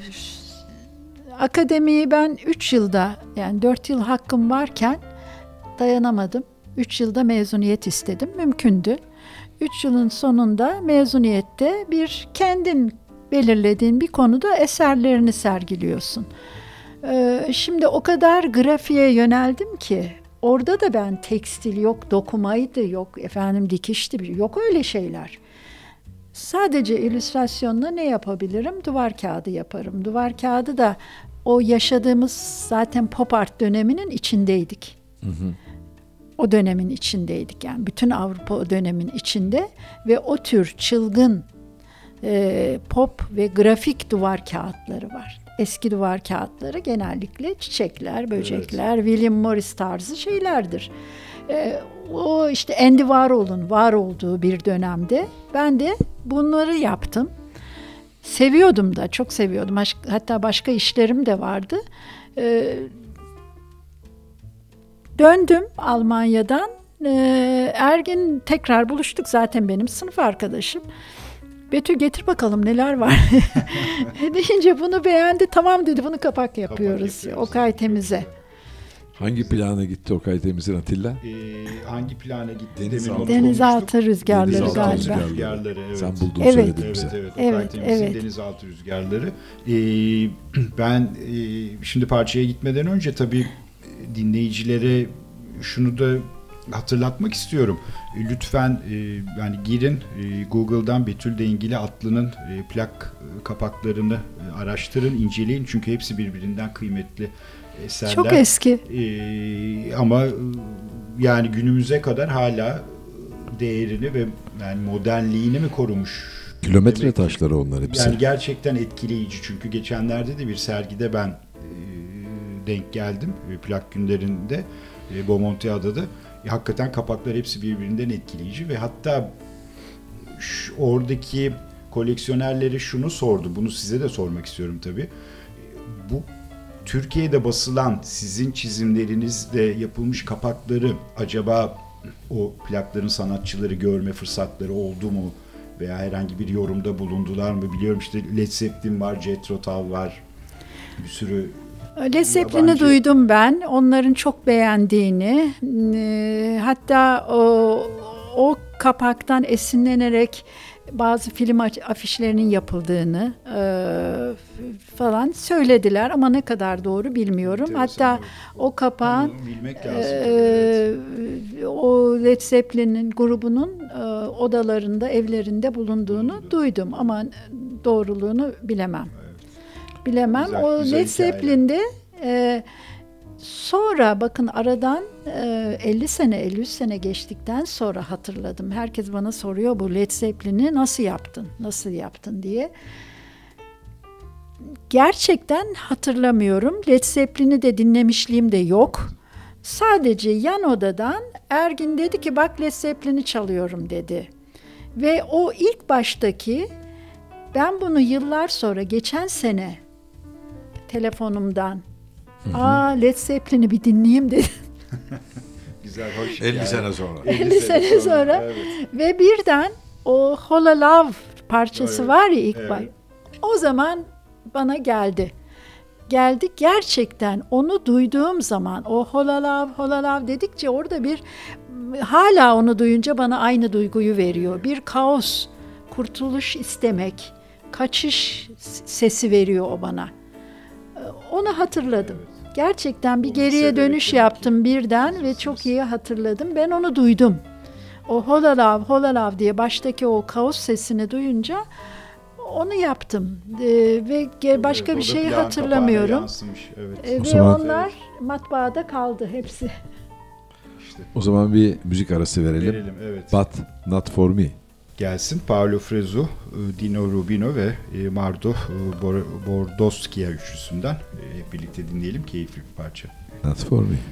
akademiyi ben üç yılda, yani dört yıl hakkım varken dayanamadım. üç yılda mezuniyet istedim. Mümkündü. üç yılın sonunda mezuniyette bir kendin belirlediğin bir konuda eserlerini sergiliyorsun. Ee, şimdi o kadar grafiğe yöneldim ki orada da ben tekstil yok, dokumaydı yok, efendim dikişti, yok öyle şeyler. Sadece illüstrasyonla ne yapabilirim? Duvar kağıdı yaparım. Duvar kağıdı da o yaşadığımız zaten pop art döneminin içindeydik. O dönemin içindeydik, yani bütün Avrupa o dönemin içinde ve o tür çılgın e, pop ve grafik duvar kağıtları var. Eski duvar kağıtları genellikle çiçekler, böcekler, evet. William Morris tarzı şeylerdir. E, o işte Andy Warhol'un var olduğu bir dönemde ben de bunları yaptım. Seviyordum da, çok seviyordum. Hatta başka işlerim de vardı. E, döndüm Almanya'dan. E, Ergin tekrar buluştuk, zaten benim sınıf arkadaşım. Betül getir bakalım neler var. Deyince bunu beğendi. Tamam dedi, bunu kapak yapıyoruz. Kapak yapıyoruz. Okay Temiz'e. Hangi plana gitti Okay Temiz'in Atilla? Ee, hangi plana gitti? Denizaltı. Denizaltı rüzgarları Denizaltı galiba. rüzgarları. Rüzgarları, evet. Sen buldun Evet. söyledin Evet, bize. evet. Evet, Okay Temiz'in evet. denizaltı rüzgarları. Ee, ben e, şimdi parçaya gitmeden önce tabii dinleyicilere şunu da hatırlatmak istiyorum. Lütfen e, yani girin e, Google'dan Betül Dengili Atlı'nın e, plak e, kapaklarını e, araştırın, inceleyin. Çünkü hepsi birbirinden kıymetli eserler. Çok eski. E, ama e, yani günümüze kadar hala değerini ve yani modernliğini mi korumuş? Kilometre demek. taşları onlar hepsi. Yani gerçekten etkileyici. Çünkü geçenlerde de bir sergide ben e, denk geldim. E, plak günlerinde e, Beaumontiada'da. E, hakikaten kapaklar hepsi birbirinden etkileyici ve hatta şu, oradaki koleksiyonerleri şunu sordu. Bunu size de sormak istiyorum tabii. Bu Türkiye'de basılan sizin çizimlerinizde yapılmış kapakları acaba o plakların sanatçıları görme fırsatları oldu mu? Veya herhangi bir yorumda bulundular mı? Biliyorum işte Led Zeppelin var, Jethro Tull var. Bir sürü Led Zeppelin'i yabancı- duydum ben. Onların çok beğendiğini. e, Hatta o, o kapaktan esinlenerek bazı film afişlerinin yapıldığını e, falan söylediler ama ne kadar doğru bilmiyorum. Enteresan, Hatta evet. o kapağın Onu bilmek lazım. e, Evet. o Led Zeppelin'in grubunun e, odalarında, evlerinde bulunduğunu Bulundu. duydum ama doğruluğunu bilemem. Bilemem. Güzel, o güzel Led hikaye. Zeppelin'de e, sonra bakın aradan e, elli sene elli üç sene geçtikten sonra hatırladım. Herkes bana soruyor bu Led Zeppelin'i nasıl yaptın? Nasıl yaptın diye. Gerçekten hatırlamıyorum. Led Zeppelin'i de dinlemişliğim de yok. Sadece yan odadan Ergin dedi ki bak Led Zeppelin'i çalıyorum dedi. Ve o ilk baştaki ben bunu yıllar sonra geçen sene telefonumdan aa Led Zeppelin'i bir dinleyeyim dedim. Güzel, hoş. elli yani. sene sonra. elli sene sonra. Evet. Ve birden o Hola Love parçası Evet, var ya ilk evet. baş. O zaman bana geldi. Geldi gerçekten onu duyduğum zaman o Hola Love, Hola Love dedikçe orada bir hala onu duyunca bana aynı duyguyu veriyor. Bir kaos, kurtuluş istemek, kaçış sesi veriyor o bana. Onu hatırladım. Gerçekten bir Onu geriye severek dönüş demek yaptım birden ve çok iyi hatırladım. Ben onu duydum. O Hola Love, Hola Love diye baştaki o kaos sesini duyunca onu yaptım. Ee, ve ge- başka Evet, bir o da şey plan kapağına hatırlamıyorum. yansımış, evet. Ee, O ve zaman- onlar matbaada kaldı hepsi. İşte O zaman bir müzik arası verelim. verelim, evet. But Not For Me. Gelsin Paolo Fresu, Dino Rubino ve e, Mardo e, Bor- Bordoskia üçlüsünden e, hep birlikte dinleyelim. Keyifli bir parça. Not For Me.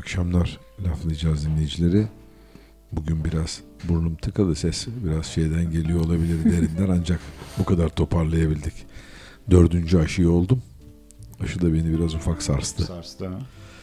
akşamlar laflayacağız dinleyicileri. Bugün biraz burnum tıkalı, ses biraz şeyden geliyor olabilir, derinden, ancak bu kadar toparlayabildik. Dördüncü aşıyı oldum. Aşı da beni biraz ufak sarstı. Sarstı ha.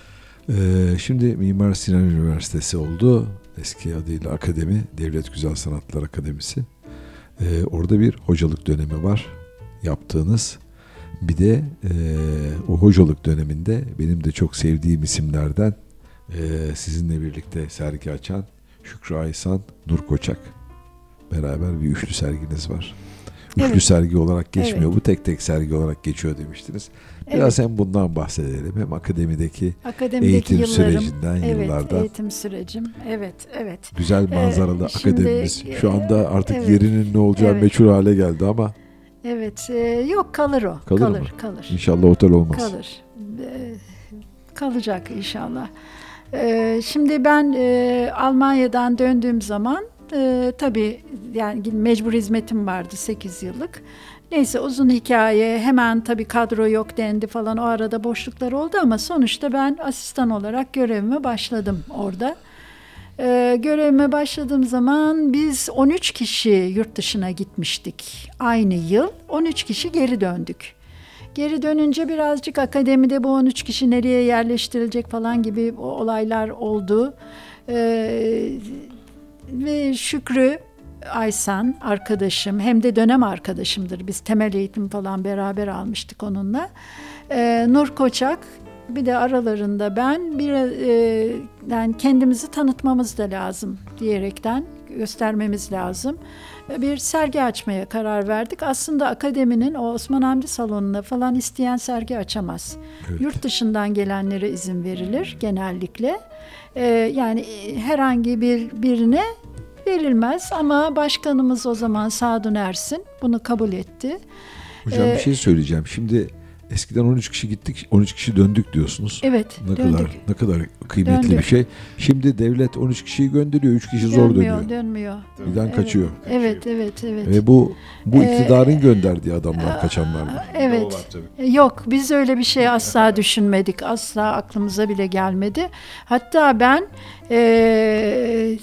Ee, şimdi Mimar Sinan Üniversitesi oldu. Eski adıyla Akademi, Devlet Güzel Sanatlar Akademisi. Ee, orada bir hocalık dönemi var yaptığınız. Bir de e, o hocalık döneminde benim de çok sevdiğim isimlerden e, sizinle birlikte sergi açan Şükrü Aysan, Nur Koçak, beraber bir üçlü serginiz var. Üçlü Evet. sergi olarak geçmiyor. Evet. Bu tek tek sergi olarak geçiyor demiştiniz. Biraz hem bundan bahsedelim, hem akademideki Akademideki eğitim yıllarım, sürecinden, evet, yıllardan. eğitim sürecim. Evet, evet. Güzel manzaralı Ee, şimdi, akademimiz. Şu anda artık evet, yerinin ne olacağı evet. meçhul hale geldi ama Evet, e, yok kalır o. Kalır kalır, mı? kalır. inşallah otel olmaz. Kalır. E, kalacak inşallah. E, şimdi ben e, Almanya'dan döndüğüm zaman e, tabii yani mecbur hizmetim vardı sekiz yıllık. Neyse, uzun hikaye, hemen tabii kadro yok dendi falan, o arada boşluklar oldu ama sonuçta ben asistan olarak görevime başladım orada. Ee, görevime başladığım zaman biz on üç kişi yurt dışına gitmiştik aynı yıl. on üç kişi geri döndük. Geri dönünce birazcık akademide bu on üç kişi nereye yerleştirilecek falan gibi olaylar oldu. Ee, ve Şükrü Aysan arkadaşım, hem de dönem arkadaşımdır. Biz temel eğitim falan beraber almıştık onunla. Ee, Nur Koçak, bir de aralarında ben, bir e, yani kendimizi tanıtmamız da lazım diyerekten göstermemiz lazım. Bir sergi açmaya karar verdik. Aslında akademinin o Osman Hamdi Salonu'na falan isteyen sergi açamaz. Evet. Yurt dışından gelenlere izin verilir genellikle. Ee, yani herhangi bir birine verilmez ama başkanımız o zaman Sadun Ersin bunu kabul etti. Hocam Ee, bir şey söyleyeceğim. Şimdi eskiden on üç kişi gittik, on üç kişi döndük diyorsunuz. Evet, Ne döndük. kadar ne kadar kıymetli Döndük. bir şey. Şimdi devlet on üç kişiyi gönderiyor, üç kişi zor Dönmüyor, dönüyor. dönmüyor. Birden Evet. kaçıyor. Evet, evet, evet. Ve bu bu Ee, iktidarın gönderdiği adamlar, kaçanlar var. O var Evet. tabii. Yok, biz öyle bir şey asla düşünmedik. Asla aklımıza bile gelmedi. Hatta ben eee,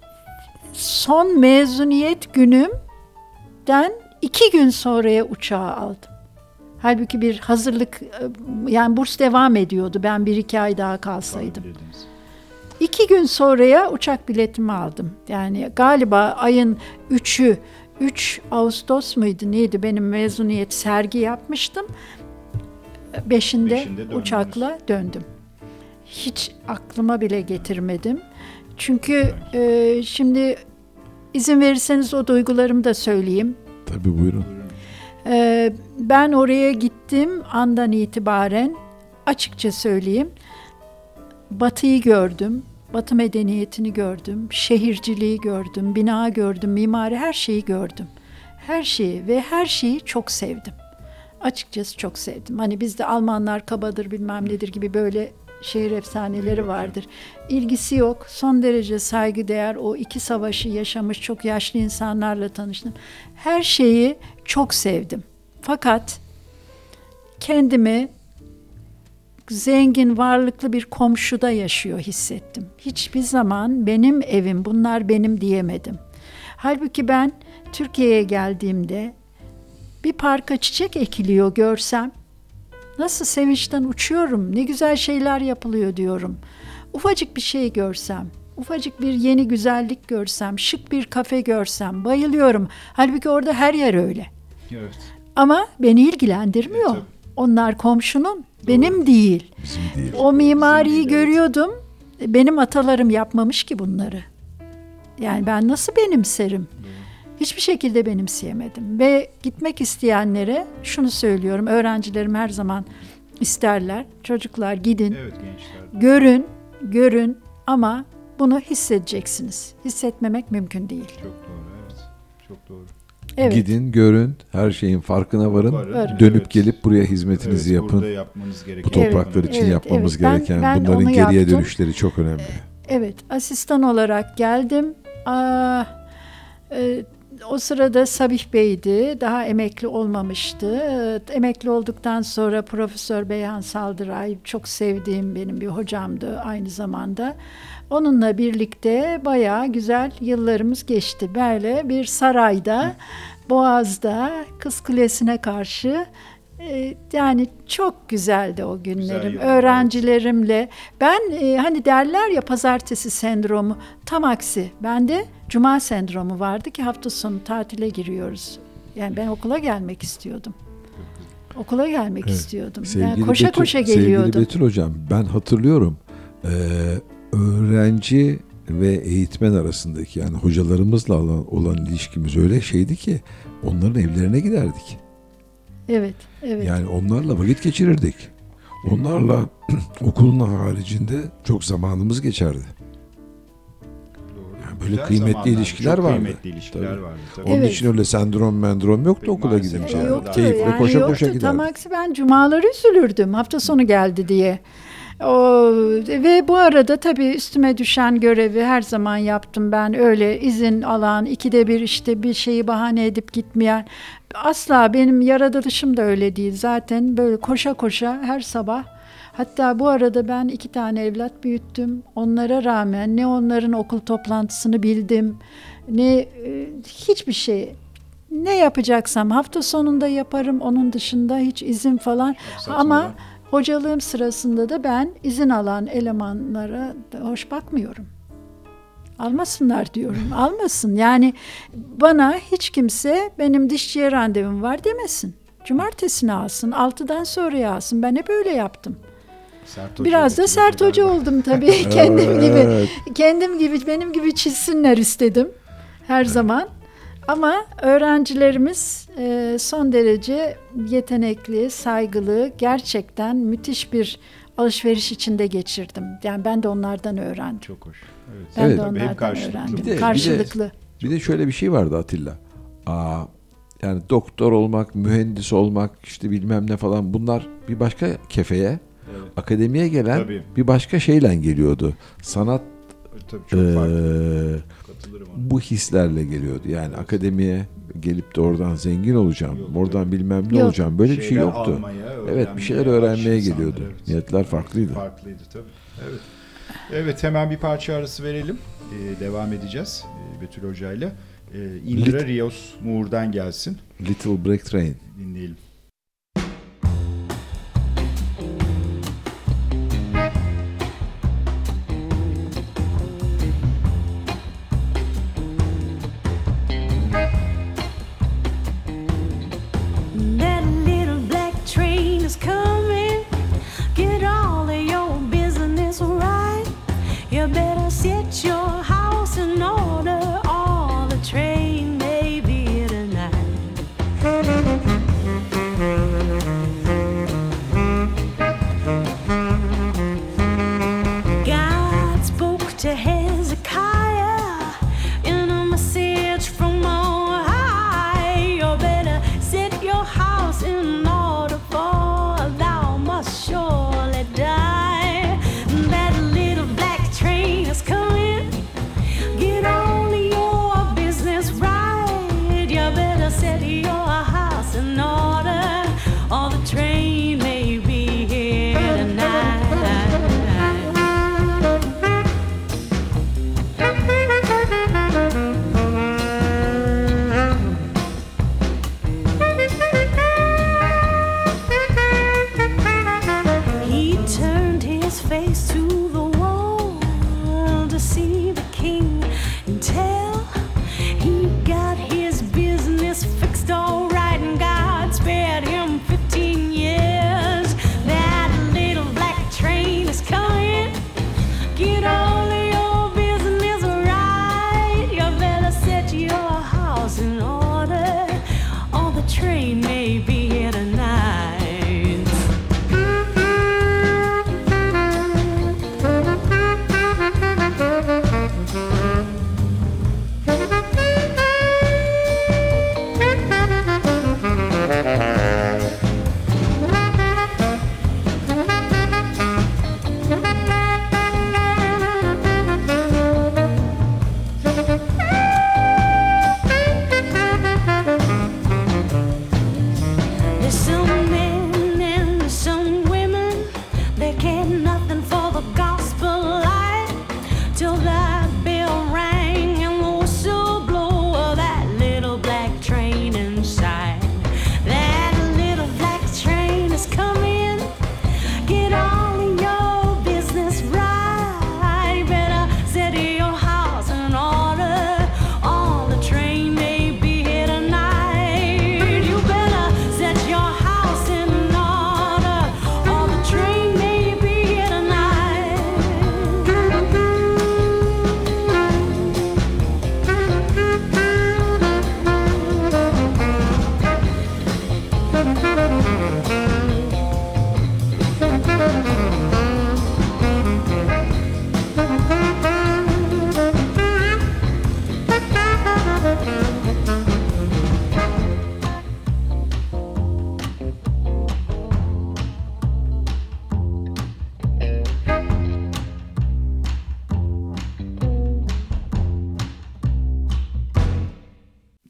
son mezuniyet günümden iki gün sonraya uçağı aldım. Halbuki bir hazırlık, yani burs devam ediyordu. Ben bir iki ay daha kalsaydım. Dediniz. İki gün sonraya uçak biletimi aldım. Yani galiba ayın üçü, üç Ağustos muydu neydi, benim mezuniyet sergi yapmıştım. Beşinde, Beşinde döndünüz. uçakla döndüm. Hiç aklıma bile getirmedim. Çünkü e, şimdi izin verirseniz o duygularımı da söyleyeyim. Tabii, buyurun. Ee, ben oraya gittim andan itibaren, açıkça söyleyeyim, Batı'yı gördüm, Batı medeniyetini gördüm, şehirciliği gördüm, bina gördüm, mimari, her şeyi gördüm. Her şeyi ve her şeyi çok sevdim. Açıkçası çok sevdim. Hani bizde Almanlar kabadır bilmem nedir gibi böyle şehir efsaneleri vardır. İlgisi yok. Son derece saygıdeğer, o iki savaşı yaşamış çok yaşlı insanlarla tanıştım. Her şeyi çok sevdim. Fakat kendimi zengin, varlıklı bir komşuda yaşıyor hissettim. Hiçbir zaman benim evim, bunlar benim diyemedim. Halbuki ben Türkiye'ye geldiğimde bir parka çiçek ekiliyor görsem, nasıl sevinçten uçuyorum, ne güzel şeyler yapılıyor diyorum. Ufacık bir şey görsem, ufacık bir yeni güzellik görsem, şık bir kafe görsem bayılıyorum. Halbuki orada her yer öyle. Evet. Ama beni ilgilendirmiyor. E, tabii. Onlar komşunun, benim değil. Bizim değil. O mimariyi Bizim değil, evet. görüyordum. Benim atalarım yapmamış ki bunları. Yani ben nasıl benimserim? Hiçbir şekilde benimseyemedim. Ve gitmek isteyenlere şunu söylüyorum. Öğrencilerim her zaman isterler. Çocuklar gidin, Evet gençler. görün, görün ama bunu hissedeceksiniz. Hissetmemek mümkün değil. Çok doğru, evet. Çok doğru. Evet. Gidin, görün, her şeyin farkına varın. Varın, Dönüp evet. gelip buraya hizmetinizi Evet, yapın. burada yapmanız Bu gereken. topraklar Evet, için evet, yapmamız evet. Ben- gereken, ben bunların onu geriye yaptım. dönüşleri çok önemli. Evet, asistan olarak geldim. Aa, e, o sırada Sabih Bey'di. Daha emekli olmamıştı. Emekli olduktan sonra Profesör Beyhan Saldıray, çok sevdiğim benim bir hocamdı aynı zamanda. Onunla birlikte bayağı güzel yıllarımız geçti. Böyle bir sarayda, Boğaz'da, Kız Kulesi'ne karşı, e, yani çok güzeldi o günlerim. yıllar, Öğrencilerimle. Ben e, hani derler ya pazartesi sendromu, tam aksi. Bende cuma sendromu vardı ki hafta sonu tatile giriyoruz. Yani ben okula gelmek istiyordum. Okula gelmek Evet. istiyordum. Sevgili Yani koşa Betül, koşa Sevgili geliyordum. Betül Hocam, ben hatırlıyorum. Ee, öğrenci ve eğitmen arasındaki, yani hocalarımızla olan, olan ilişkimiz öyle şeydi ki onların evlerine giderdik. Evet, evet. Yani onlarla vakit geçirirdik. Onlarla okulun haricinde çok zamanımız geçerdi. Doğru. Yani böyle Güzel kıymetli zamanlardı, ilişkiler çok vardı. kıymetli ilişkiler Tabii. vardı. Tabii. Onun Evet. için öyle sendrom mendrom yoktu Benim okula maalesef gidince. öyle. Yani. Yoktu, Keyifle yani koşa yoktu. koşa Tam giderdik. aksi ben cumaları üzülürdüm hafta sonu geldi diye. O, ve bu arada tabii üstüme düşen görevi her zaman yaptım ben. Öyle izin alan, ikide bir işte bir şeyi bahane edip gitmeyen. Asla benim yaratılışım da öyle değil. Zaten böyle koşa koşa her sabah. Hatta bu arada ben iki tane evlat büyüttüm. Onlara rağmen ne onların okul toplantısını bildim, ne e, hiçbir şey. Ne yapacaksam hafta sonunda yaparım. Onun dışında hiç izin falan. Saçmalar. Ama hocalığım sırasında da ben izin alan elemanlara da hoş bakmıyorum. Almasınlar diyorum. Almasın. Yani bana hiç kimse benim dişçiye randevum var demesin. Cumartesini alsın. Altıdan sonraya alsın. Ben hep öyle yaptım. Sert hoca Biraz da Betül sert hocalar hoca var. oldum tabii. Kendim gibi. Evet. Kendim gibi, benim gibi çizsinler istedim. Her zaman. Ama öğrencilerimiz e, son derece yetenekli, saygılı, gerçekten müthiş bir alışveriş içinde geçirdim. Yani ben de onlardan öğrendim. Çok hoş. Evet. Ben Evet. de Tabii hep onlardan karşılıklı. öğrendim. Bir de- bir de- Karşılıklı. Bir de şöyle bir şey vardı Atilla. Aa, yani doktor olmak, mühendis olmak, işte bilmem ne falan, bunlar bir başka kefeye, Evet. akademiye gelen Tabii. bir başka şeyle geliyordu. Sanat Tabii çok farklı. eee, Katılırım ona. bu hislerle geliyordu. Yani akademiye gelip de oradan zengin olacağım, Yok, oradan yok. bilmem ne Yok. olacağım. Böyle bir şey Şeyler yoktu. almaya, Evet, bir şeyler öğrenmeye öğrenmeye açık geliyordu. insanlar, evet. Niyetler farklıydı. Farklıydı tabii. Evet. Evet, hemen bir parça arası verelim. Ee, devam edeceğiz ee, Betül Hoca'yla. Ee, Indira Lit- Rios Moore'dan gelsin. Little Black Train. Dinleyelim. That little black train is coming. Get all of your business right. You better set your house in order. All the train may be here tonight.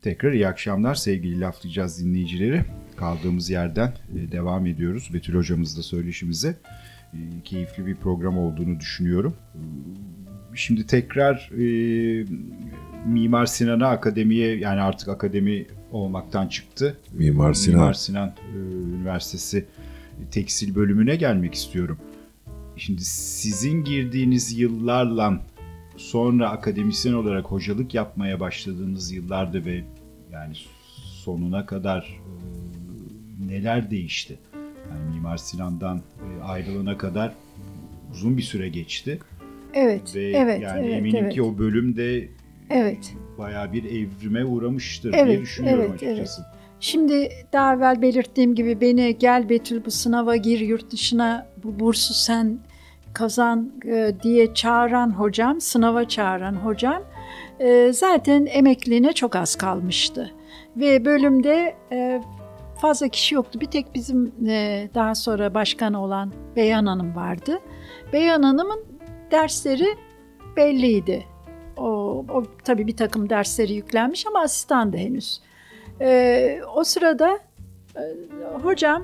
Tekrar iyi akşamlar sevgili Laflayacağız dinleyicileri. Kaldığımız yerden e, devam ediyoruz. Betül hocamızla söyleşimize. E, keyifli bir program olduğunu düşünüyorum. E, şimdi tekrar e, Mimar Sinan'a akademiye, yani artık akademi olmaktan çıktı. Mimar Sinan. Mimar Sinan e, Üniversitesi tekstil bölümüne gelmek istiyorum. Şimdi sizin girdiğiniz yıllarla sonra akademisyen olarak hocalık yapmaya başladığınız yıllarda ve yani sonuna kadar e, neler değişti? Yani Mimar Sinan'dan e, ayrılana kadar uzun bir süre geçti. Evet, Ve evet, yani evet, eminim evet. ki o bölümde Evet. bayağı bir evrime uğramıştır diye Evet, düşünüyorum evet, açıkçası. evet. Şimdi daha evvel belirttiğim gibi beni gel Betül bu sınava gir, yurt dışına bu bursu sen kazan e, diye çağıran hocam, sınava çağıran hocam e, zaten emekliliğine çok az kalmıştı. Ve bölümde e, fazla kişi yoktu. Bir tek bizim e, daha sonra başkan olan Beyhan Hanım vardı. Beyhan Hanım'ın dersleri belliydi. O, o tabii bir takım dersleri yüklenmiş ama asistandı henüz. Ee, o sırada e, hocam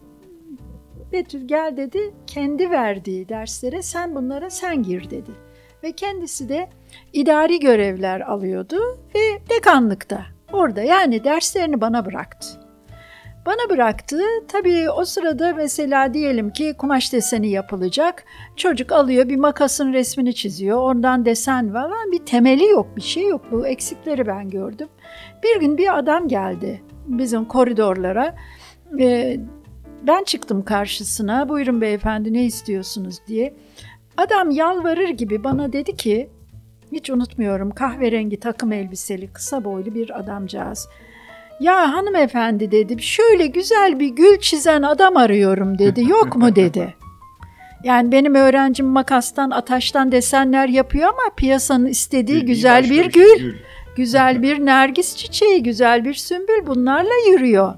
Betül gel dedi, kendi verdiği derslere sen bunlara sen gir dedi. Ve kendisi de idari görevler alıyordu ve dekanlıkta orada, yani derslerini bana bıraktı. Bana bıraktı. Tabii o sırada mesela diyelim ki kumaş deseni yapılacak. Çocuk alıyor bir makasın resmini çiziyor. Oradan desen var ama bir temeli yok, bir şey yok. Bu eksikleri ben gördüm. Bir gün bir adam geldi bizim koridorlara. Ee, ben çıktım karşısına. Buyurun beyefendi ne istiyorsunuz diye. Adam yalvarır gibi bana dedi ki, hiç unutmuyorum, kahverengi takım elbiseli kısa boylu bir adamcağız. Ya hanımefendi dedi, şöyle güzel bir gül çizen adam arıyorum dedi. Yok mu dedi. Yani benim öğrencim makastan, ataştan desenler yapıyor ama piyasanın istediği Dediği güzel başka bir bir şey, gül, gül. güzel bir nergis çiçeği, güzel bir sümbül, bunlarla yürüyor.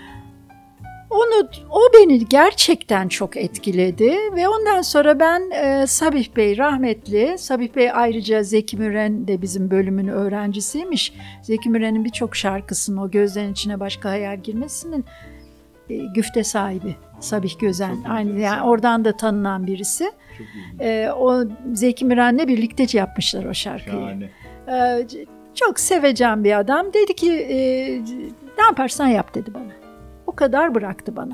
Onu, o beni gerçekten çok etkiledi ve ondan sonra ben e, Sabih Bey rahmetli, Sabih Bey ayrıca Zeki Müren de bizim bölümün öğrencisiymiş. Zeki Müren'in birçok şarkısının, o gözlerin içine başka hayal girmesinin e, güfte sahibi Sabih Gözen. Çok Aynı enteresan. yani oradan da tanınan birisi. Çok ilginç. E, o Zeki Müren'le birlikte yapmışlar o şarkıyı. Şahane. E, çok sevecen bir adam. Dedi ki e, ne yaparsan yap dedi bana. O kadar bıraktı bana.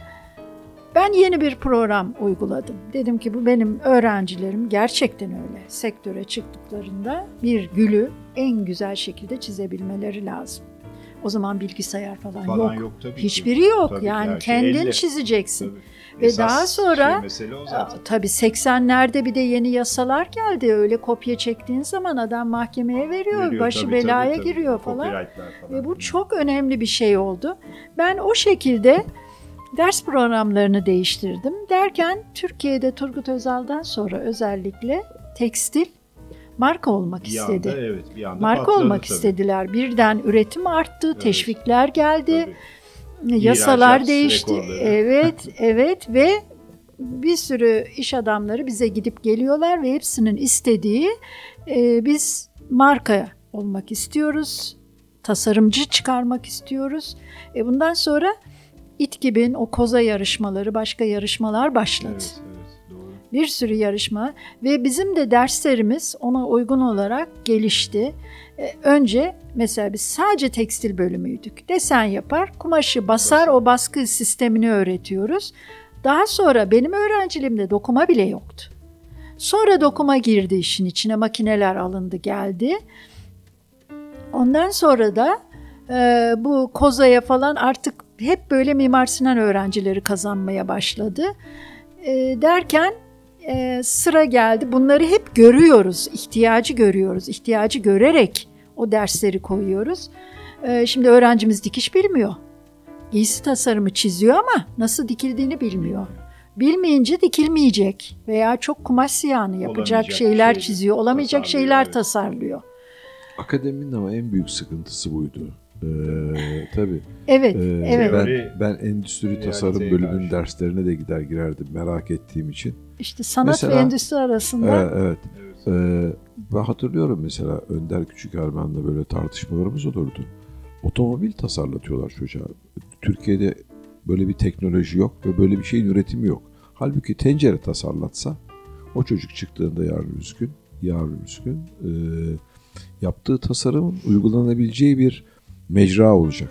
Ben yeni bir program uyguladım. Dedim ki bu benim öğrencilerim gerçekten öyle. Sektöre çıktıklarında bir gülü en güzel şekilde çizebilmeleri lazım. O zaman bilgisayar falan, Falan yok. yok tabii ki. Hiçbiri yok. Tabii ki, yani her şey kendin elle. çizeceksin. Tabii. Ve Esas daha sonra şey, mesele o zaten. Aa, tabii seksenlerde bir de yeni yasalar geldi. Öyle kopya çektiğin zaman adam mahkemeye veriyor, Veriyor, başı tabii, belaya tabii, tabii. giriyor falan. Copyright'lar falan. Ve bu çok önemli bir şey oldu. Ben o şekilde ders programlarını değiştirdim. Derken Türkiye'de Turgut Özal'dan sonra özellikle tekstil marka olmak bir istedi. anda, evet, bir anda Marka patladı olmak tabii. istediler. Birden üretim arttı, Evet. teşvikler geldi. Tabii. Yasalar İhracat değişti. rekorları. Evet, evet ve bir sürü iş adamları bize gidip geliyorlar ve hepsinin istediği e, biz marka olmak istiyoruz, tasarımcı çıkarmak istiyoruz. E, bundan sonra İTGİB'in o koza yarışmaları, başka yarışmalar başladı. Evet, evet, doğru. Bir sürü yarışma ve bizim de derslerimiz ona uygun olarak gelişti. Ee, önce mesela biz sadece tekstil bölümüydük. Desen yapar, kumaşı basar, Basar. o baskı sistemini öğretiyoruz. Daha sonra benim öğrenciliğimde dokuma bile yoktu. Sonra dokuma girdi işin içine, makineler alındı geldi. Ondan sonra da e, bu kozaya falan artık hep böyle Mimar Sinan öğrencileri kazanmaya başladı. E, derken e, sıra geldi. Bunları hep görüyoruz, ihtiyacı görüyoruz. İhtiyacı görerek o dersleri koyuyoruz. E, şimdi öğrencimiz dikiş bilmiyor. Giysi tasarımı çiziyor ama nasıl dikildiğini bilmiyor. Bilmeyince dikilmeyecek veya çok kumaş ziyanı yapacak Olamayacak şeyler şey çiziyor, olamayacak tasarlıyor, şeyler evet. tasarlıyor. Akademinin ama en büyük sıkıntısı buydu. Ee, tabii. Evet, Ee, evet. Ben, Teori, ben endüstri realiteye tasarım bölümünün karşı. derslerine de gider girerdim merak ettiğim için. İşte sanat Mesela- ve endüstri arasında Ee, evet. Evet. Ee, ben hatırlıyorum mesela Önder Küçükermen'le böyle tartışmalarımız olurdu. otomobil tasarlatıyorlar çocuğa. Türkiye'de böyle bir teknoloji yok ve böyle bir şeyin üretimi yok. Halbuki tencere tasarlatsa o çocuk çıktığında yarın öbür gün, yarın öbür gün e, yaptığı tasarımın uygulanabileceği bir mecra olacak.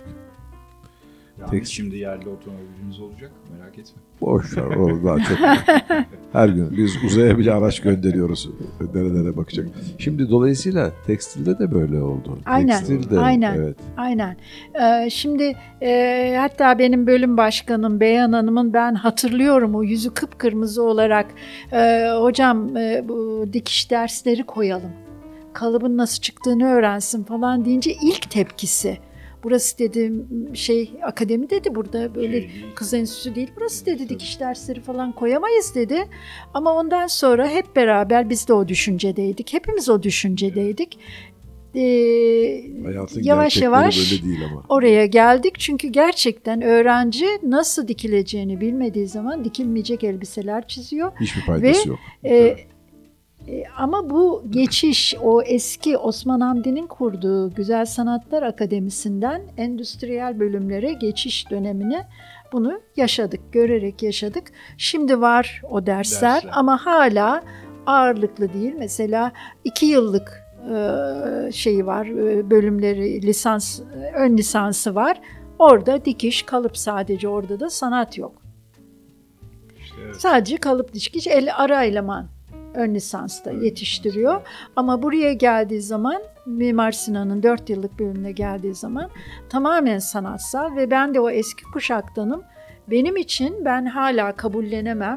Yani Tek- şimdi yerli otomobilimiz olacak, merak etme. Boş ver, o daha çok. Her gün biz uzaya bile araç gönderiyoruz. Nerelere bakacak. Şimdi dolayısıyla tekstilde de böyle oldu. Aynen, Tekstilde, aynen. Evet. Aynen. Ee, şimdi e, hatta benim bölüm başkanım Beyhan Hanım'ın, ben hatırlıyorum, o yüzü kıpkırmızı olarak e, hocam e, bu dikiş dersleri koyalım, kalıbın nasıl çıktığını öğrensin falan deyince ilk tepkisi, burası dedi şey akademi dedi, burada böyle Şey değil. kız enstitüsü değil burası dedi, dikiş dersleri falan koyamayız dedi. Ama ondan sonra hep beraber biz de o düşüncedeydik, hepimiz o düşüncedeydik. Ee, Hayatın yavaş gerçekleri yavaş böyle değil ama. oraya geldik, çünkü gerçekten öğrenci nasıl dikileceğini bilmediği zaman dikilmeyecek elbiseler çiziyor. Hiçbir faydası Ve, yok. Ee, e, ama bu geçiş, o eski Osman Hamdi'nin kurduğu Güzel Sanatlar Akademisi'nden endüstriyel bölümlere geçiş dönemine bunu yaşadık, görerek yaşadık. Şimdi var o dersler, Dersler. ama hala ağırlıklı değil. Mesela iki yıllık e, şeyi var, e, bölümleri, lisans, e, ön lisansı var. Orada dikiş, kalıp, sadece orada da sanat yok. İşte evet. Sadece kalıp dikiş, el, ara eleman ön lisansta Ön yetiştiriyor. lisans, Ama buraya geldiği zaman, Mimar Sinan'ın dört yıllık bölümüne geldiği zaman tamamen sanatsal ve ben de o eski kuşaktanım. Benim için, ben hala kabullenemem,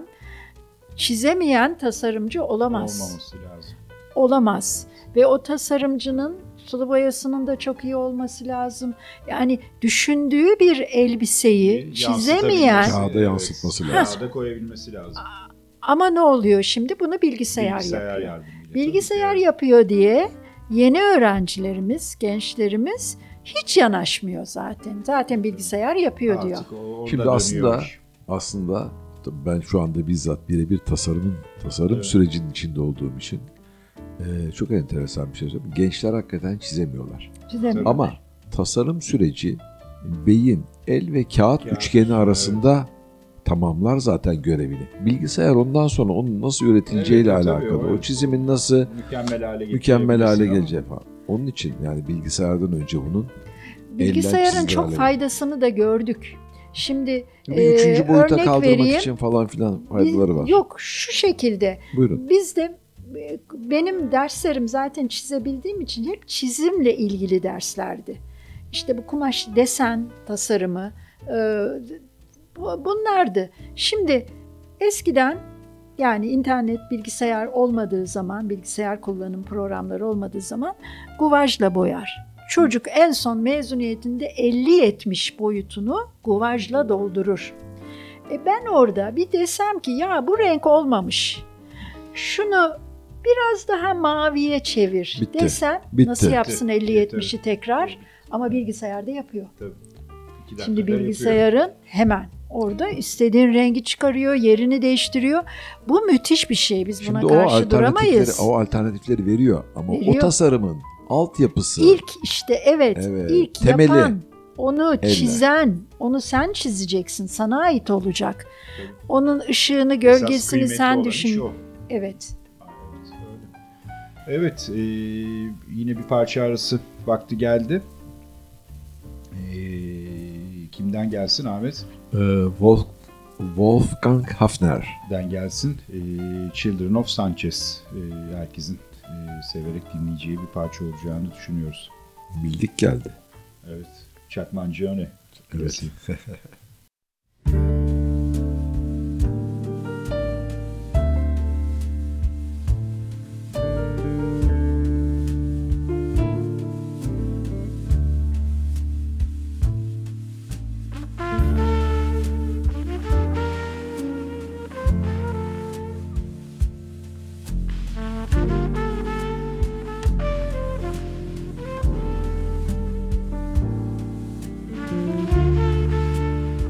çizemeyen tasarımcı olamaz. Olmaması lazım. Olamaz. Ve o tasarımcının sulu boyasının da çok iyi olması lazım. Yani düşündüğü bir elbiseyi çizemeyen, Yansıtabilmesi, Kağıda yansıtması evet. lazım. Kağıda koyabilmesi lazım. ama ne oluyor şimdi? Bunu bilgisayar, Bilgisayar yapıyor. yardımıyla. Bilgisayar Tabii ki. yapıyor diye yeni öğrencilerimiz, gençlerimiz hiç yanaşmıyor zaten. Zaten bilgisayar yapıyor diyor. Artık o orada Şimdi aslında dönüyormuş. aslında tabii ben şu anda bizzat birebir tasarımın tasarım Evet. sürecinin içinde olduğum için e, çok enteresan bir şey söyleyeyim. Gençler hakikaten çizemiyorlar. Çizemiyor. Ama tasarım süreci beyin, el ve kağıt Kağıt, üçgeni arasında tamamlar zaten görevini. Bilgisayar ondan sonra onun nasıl üretileceğiyle Evet, tabii, alakalı. o- O çizimin nasıl Mükemmel hale mükemmel hale getirebilirsin ama gelecek falan. Onun için yani bilgisayardan önce bunun Bilgisayarın çizilen çok hale- faydasını da gördük. Şimdi bir e, üçüncü boyuta örnek kaldırmak vereyim. için falan filan faydaları var. Yok, şu şekilde. Buyurun. Bizde e, benim derslerim zaten çizebildiğim için hep çizimle ilgili derslerdi. İşte bu kumaş desen tasarımı e, bu- bunlardı. Şimdi eskiden, yani internet, bilgisayar olmadığı zaman, bilgisayar kullanım programları olmadığı zaman guvajla boyar. Çocuk en son mezuniyetinde elli yetmiş boyutunu guvajla doldurur. E ben orada bir desem ki ya bu renk olmamış, şunu biraz daha maviye çevir Bitti. desem, Bitti. nasıl yapsın elli yetmişi Bitti. tekrar? Ama bilgisayarda yapıyor. Tabii. İki Şimdi dakikada bilgisayarın hemen orada istediğin rengi çıkarıyor, yerini değiştiriyor. Bu müthiş bir şey. Biz buna Şimdi o karşı alternatifleri, duramayız. o alternatifleri veriyor ama o Veriyor. tasarımın altyapısı İlk işte evet, Evet, ilk temeli. yapan, onu Eller. çizen, onu sen çizeceksin, sana ait olacak. Tabii. Onun ışığını, Esas gölgesini kıymetli sen olan düşün. iş o. Evet. Evet, e, yine bir parça arası vakti geldi. E, kimden gelsin Ahmet? Ee, Wolf, Wolfgang Hafner. Den gelsin. E, Children of Sanchez. E, herkesin e, severek dinleyeceği bir parça olacağını düşünüyoruz. Bildik geldi. Evet. Çakmancıone. Evet. Thank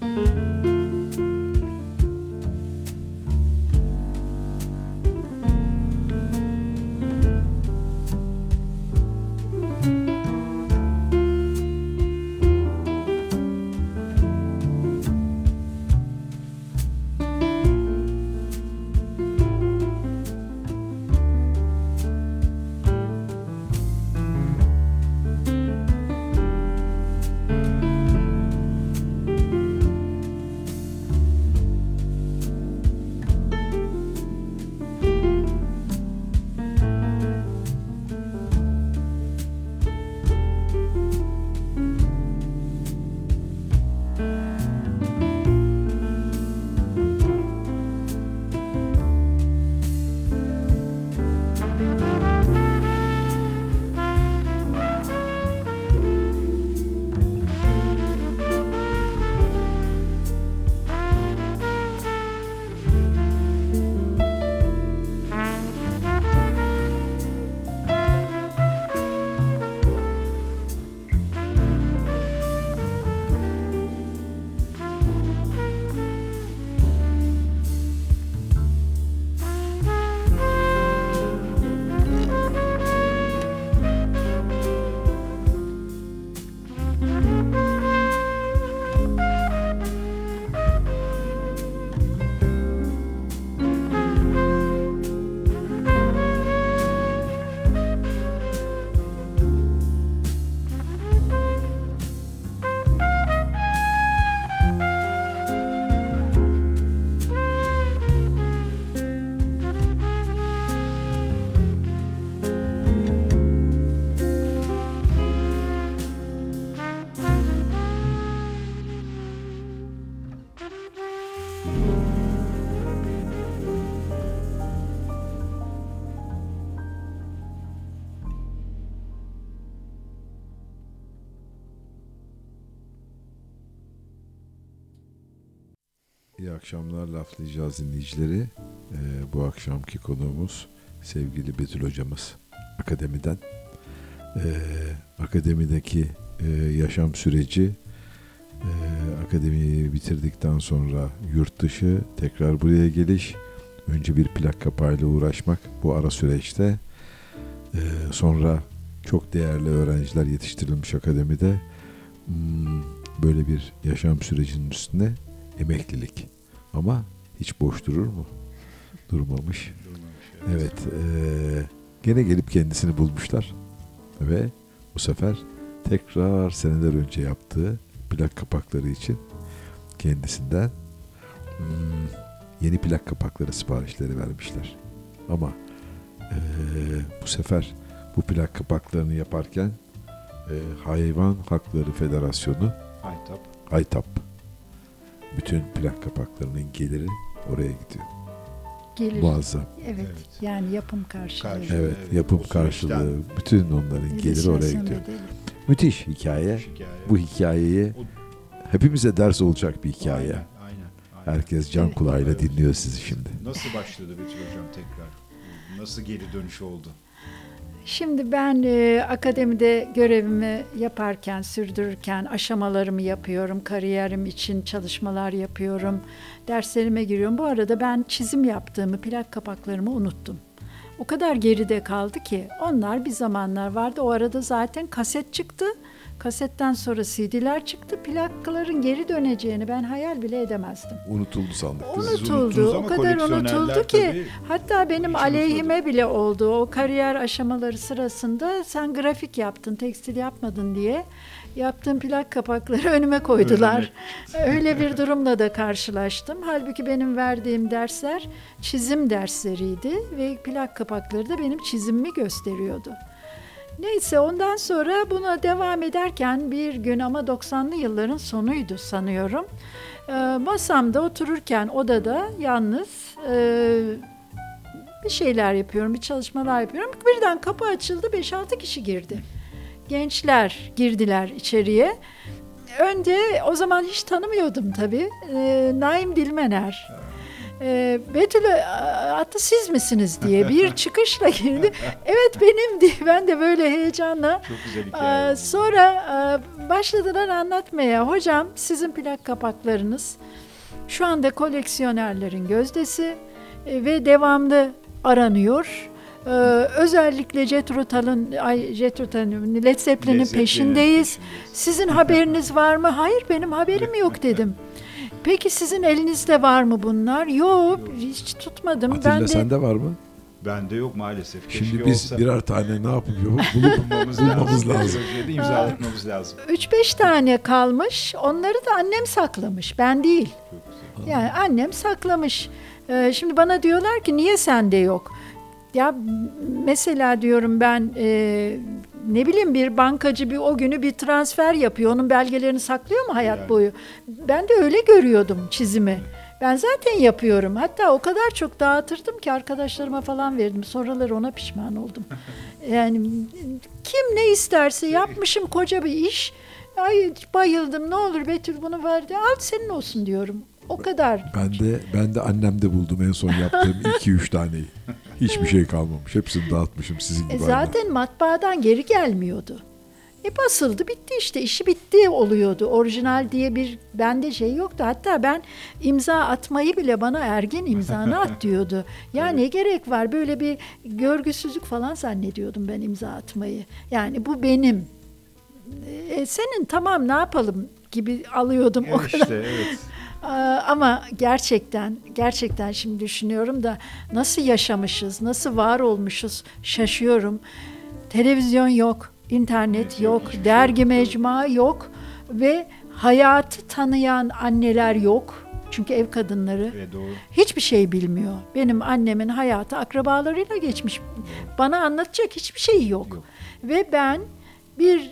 İyi akşamlar laflayacağız dinleyicileri. Ee, bu akşamki konuğumuz sevgili Betül hocamız akademiden. Ee, akademideki e, yaşam süreci, e, akademiyi bitirdikten sonra yurt dışı, tekrar buraya geliş, önce bir plak kapağıyla uğraşmak bu ara süreçte, e, sonra çok değerli öğrenciler yetiştirilmiş akademide, hmm, böyle bir yaşam sürecinin üstüne emeklilik. Ama hiç boş durur mu? Durmamış. Evet. E, gene gelip kendisini bulmuşlar. Ve bu sefer tekrar seneler önce yaptığı plak kapakları için kendisinden hmm, yeni plak kapakları siparişleri vermişler. Ama e, bu sefer bu plak kapaklarını yaparken e, Hayvan Hakları Federasyonu Haytap. Haytap bütün plak kapaklarının geliri oraya gidiyor. Gelir. Muazzam. Evet, Evet. yani yapım karşılığı. Karşılığı. Evet, Evet, yapım o süreçten- karşılığı, bütün onların geliri Edisyon oraya gidiyor. bedeli. Müthiş hikaye. Hikaye. Bu hikayeyi hepimize ders olacak bir hikaye. Aynen, aynen, aynen. Herkes can Evet. kulağıyla Evet. dinliyor sizi şimdi. Nasıl başladı Betül Hocam tekrar? Nasıl geri dönüş oldu? Şimdi ben e, akademide görevimi yaparken, sürdürürken aşamalarımı yapıyorum. Kariyerim için çalışmalar yapıyorum. Derslerime giriyorum. Bu arada ben çizim yaptığımı, plak kapaklarımı unuttum. O kadar geride kaldı ki onlar bir zamanlar vardı. O arada zaten kaset çıktı. Kasetten sonra C D'ler çıktı. Plakların geri döneceğini ben hayal bile edemezdim. Unutuldu sandık. değil mi? Siz unuttunuz Unutuldu. ama O kadar koleksiyonerler unutuldu ki tabii hatta benim hiç aleyhime bile oldu. O kariyer aşamaları sırasında sen grafik yaptın, tekstil yapmadın diye yaptığım plak kapakları önüme koydular. Öyle bir durumla da karşılaştım. Halbuki benim verdiğim dersler çizim dersleriydi ve plak kapakları da benim çizimimi gösteriyordu. Neyse ondan sonra buna devam ederken bir gün ama doksanlı yılların sonuydu sanıyorum. Ee, masamda otururken odada yalnız e, bir şeyler yapıyorum, bir çalışmalar yapıyorum. Birden kapı açıldı, beş altı kişi girdi. Gençler girdiler içeriye. Önce o zaman hiç tanımıyordum tabii. Ee, Naim Dilmener. E, Betül hatta siz misiniz diye bir çıkışla girdi. Evet benim diye ben de böyle heyecanla. Çok güzel hikaye. E, sonra e, başladılar anlatmaya. Hocam sizin plak kapaklarınız şu anda koleksiyonerlerin gözdesi e, ve devamlı aranıyor. Ee, özellikle Jethro Tull'ın, ay Jethro Tull'ın, Led Zeppelin'in peşindeyiz. Sizin haberiniz var mı? Hayır benim haberim yok dedim. Peki sizin elinizde var mı bunlar? Yok, hiç tutmadım. Atilla ben de sende var mı? Bende yok maalesef. Keşke Şimdi biz olsa. birer tane ne yapıp bulup bulmamız bulmamız lazım. Projede imzalatmamız lazım. üç beş tane kalmış. Onları da annem saklamış. Ben değil. Yani annem saklamış. Ee, şimdi bana diyorlar ki niye sende yok? Ya mesela diyorum ben e, ne bileyim bir bankacı bir o günü bir transfer yapıyor. Onun belgelerini saklıyor mu hayat Yani. boyu? Ben de öyle görüyordum çizimi. Ben zaten yapıyorum. Hatta o kadar çok dağıtırdım ki arkadaşlarıma falan verdim. Sonraları ona pişman oldum. Yani kim ne isterse yapmışım koca bir iş. Ay bayıldım ne olur Betül bunu ver. Al senin olsun diyorum. O kadar. Ben de ben de annemde buldum en son yaptığım iki üç taneyi. Hiçbir şey kalmamış. Hepsini dağıtmışım sizin gibi. E aynen. zaten matbaadan geri gelmiyordu. E basıldı bitti işte işi bitti oluyordu. Orijinal diye bir bende şey yoktu. Hatta ben imza atmayı bile bana Ergen imzanı at diyordu. Ya ne gerek var böyle bir görgüsüzlük falan zannediyordum ben imza atmayı. Yani bu benim. E, senin tamam ne yapalım gibi alıyordum o Evet kadar. işte evet. Aa, Ama gerçekten, gerçekten şimdi düşünüyorum da nasıl yaşamışız, nasıl var olmuşuz şaşıyorum. Televizyon yok, internet Evet, yok, hiçbir şey dergi yok. mecmua yok ve hayatı tanıyan anneler yok. Çünkü ev kadınları Ve doğru. hiçbir şey bilmiyor. Benim annemin hayatı akrabalarıyla geçmiş. Bana anlatacak hiçbir şey yok. Yok. Ve ben bir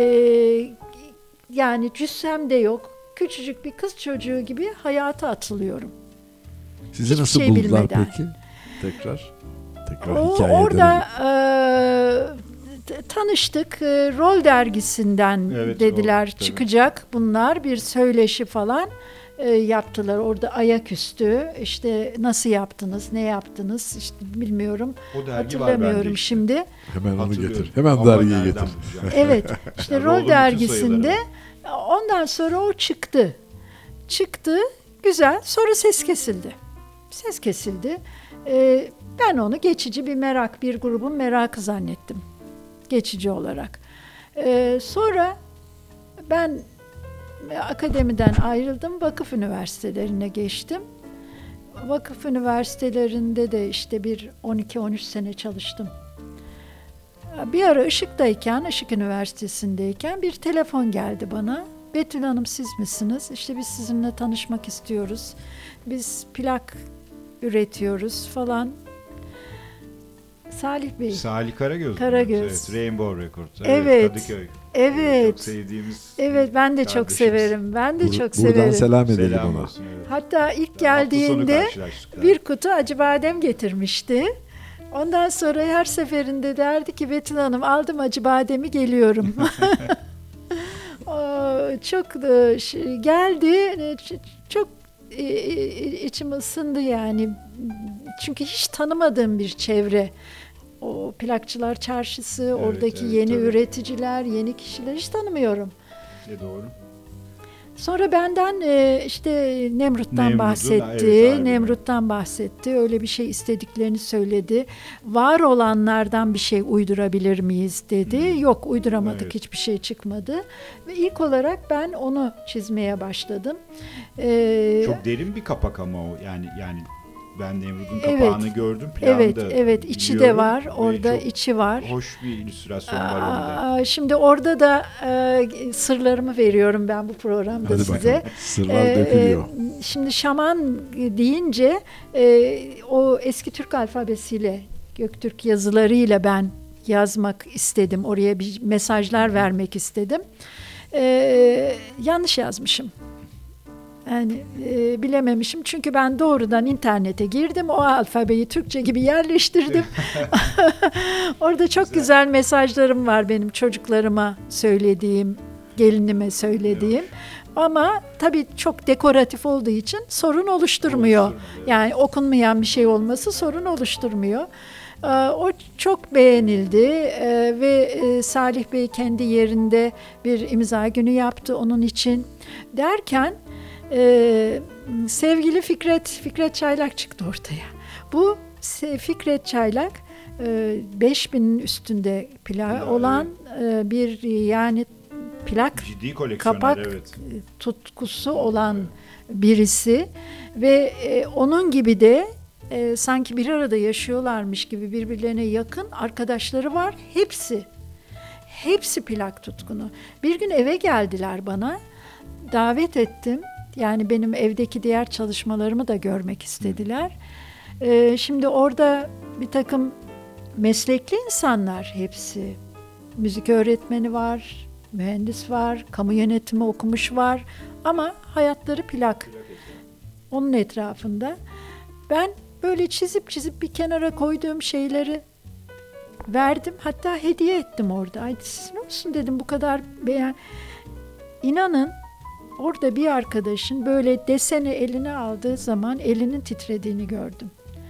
e, yani cüssem de yok. Küçücük bir kız çocuğu gibi hayata atılıyorum. Sizi hiçbir nasıl şey buldular bilmeden. peki? Tekrar. Tekrar O, hikayeye orada dönelim. e, t- tanıştık. E, Rol dergisinden Evet, dediler Rol, tabii. çıkacak bunlar. Bir söyleşi falan e, yaptılar. Orada ayaküstü işte nasıl yaptınız, ne yaptınız işte bilmiyorum. O dergi var bende Hatırlamıyorum işte. şimdi. Hemen onu Hatırlıyorum. getir. Hemen Ama dergiye nereden getir. bulacağım? Evet. işte Yani Rol Rol'un bütün dergisinde sayıları ondan sonra o çıktı. Çıktı. Güzel. Sonra ses kesildi. Ses kesildi. Ee, ben onu geçici bir merak, bir grubun merakı zannettim. Geçici olarak. Ee, sonra ben akademiden ayrıldım. Vakıf üniversitelerine geçtim. Vakıf üniversitelerinde de işte bir on iki on üç sene çalıştım. Bir ara Işık'tayken, Işık Üniversitesi'ndeyken bir telefon geldi bana. Betül Hanım siz misiniz? İşte biz sizinle tanışmak istiyoruz. Biz plak üretiyoruz falan. Salih Bey. Salih Karagöz. Karagöz. Evet, Rainbow Records. Evet. Kadıköy. Evet. Çok sevdiğimiz. Evet ben de çok kardeşimiz. severim. Ben de Bur- çok Buradan severim. selam edelim Selam ona. olsun. Evet. Hatta ilk Hafta sonu geldiğinde karşılaştık. bir kutu Acıbadem getirmişti. Ondan sonra her seferinde derdi ki Betül Hanım aldım Acıbadem'i geliyorum. Aa, çok da şey- geldi ç- çok e, e, içim ısındı yani. Çünkü hiç tanımadığım bir çevre. O plakçılar çarşısı, oradaki evet, yeni tabii. üreticiler, yeni kişiler hiç tanımıyorum. E, doğru. Sonra benden e, işte Nemrut'tan Nemrut'un, bahsetti. evet, albümü. Nemrut'tan bahsetti. Öyle bir şey istediklerini söyledi. Var olanlardan bir şey uydurabilir miyiz dedi. Yok uyduramadık. Evet. Hiçbir şey çıkmadı. Ve ilk olarak ben onu çizmeye başladım. Ee, Çok derin bir kapak ama o. Yani yani ben Nemrut'un Evet. kapağını gördüm. Planı evet, da evet içi de biliyorum. var. Ve Orada çok içi var. hoş bir illüstrasyon var orada. Aa, şimdi orada da e, sırlarımı veriyorum ben bu programda Hadi size. bakalım. Sırlar Ee, dökülüyor. e, Şimdi şaman deyince e, o eski Türk alfabesiyle, Göktürk yazılarıyla ben yazmak istedim. Oraya bir mesajlar vermek istedim. Ee, yanlış yazmışım. Yani e, bilememişim çünkü ben doğrudan internete girdim, o alfabeyi Türkçe gibi yerleştirdim. Orada çok güzel. güzel mesajlarım var benim çocuklarıma söylediğim, gelinime söylediğim. Ama tabii çok dekoratif olduğu için sorun oluşturmuyor. Yani okunmayan bir şey olması sorun oluşturmuyor. Ee, O çok beğenildi Ee, ve e, Salih Bey kendi yerinde bir imza günü yaptı onun için. Derken e, sevgili Fikret, Fikret Çaylak çıktı ortaya. Bu se- Fikret Çaylak e, beş binin üstünde plak olan e, bir yani plak Ciddi koleksiyoner, kapak evet. tutkusu olan birisi ve e, onun gibi de e, sanki bir arada yaşıyorlarmış gibi birbirlerine yakın arkadaşları var. Hepsi, hepsi plak tutkunu. Bir gün eve geldiler bana, davet ettim. Yani benim evdeki diğer çalışmalarımı da görmek istediler. E, şimdi orada bir takım meslekli insanlar hepsi. Müzik öğretmeni var, mühendis var, kamu yönetimi okumuş var ama hayatları plak. Onun etrafında. Ben böyle çizip çizip bir kenara koyduğum şeyleri verdim. Hatta hediye ettim orada. Ay siz ne olsun dedim bu kadar beğen. İnanın orada bir arkadaşın böyle deseni eline aldığı zaman elinin titrediğini gördüm.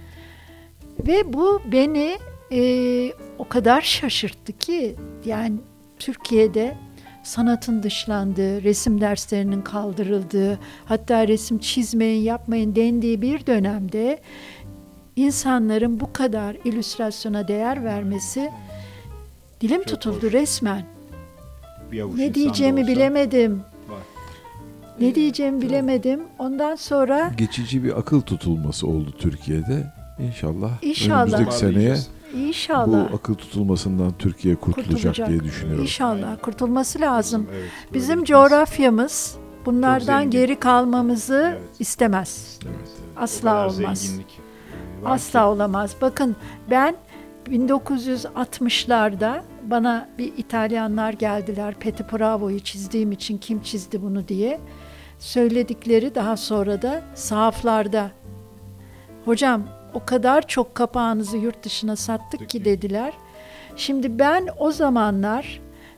Ve bu beni e, o kadar şaşırttı ki yani Türkiye'de sanatın dışlandığı, resim derslerinin kaldırıldığı, hatta resim çizmeyin, yapmayın dendiği bir dönemde insanların bu kadar illüstrasyona değer vermesi dilim Çok tutuldu hoş. resmen. Bir avuç Ne insan da diyeceğimi olsa bilemedim. var. Ne diyeceğimi bilemedim. Ondan sonra Geçici bir akıl tutulması oldu Türkiye'de. İnşallah, İnşallah. önümüzdeki seneye Toparlayacağız. inşallah bu akıl tutulmasından Türkiye kurtulacak, kurtulacak. diye düşünüyorum. İnşallah kurtulması lazım. Evet, böyle Bizim gitmez. coğrafyamız bunlardan zengin. geri kalmamızı Evet. istemez. Evet, evet. O Asla kadar olmaz. zenginlik, e, var Asla ki. olamaz. Bakın ben bin dokuz yüz altmışlarda bana bir İtalyanlar geldiler. Petty Bravo'yu çizdiğim için kim çizdi bunu diye. Söyledikleri daha sonra da sahaflarda. Hocam o kadar çok kapağınızı yurt dışına sattık ki Peki. dediler. Şimdi ben o zamanlar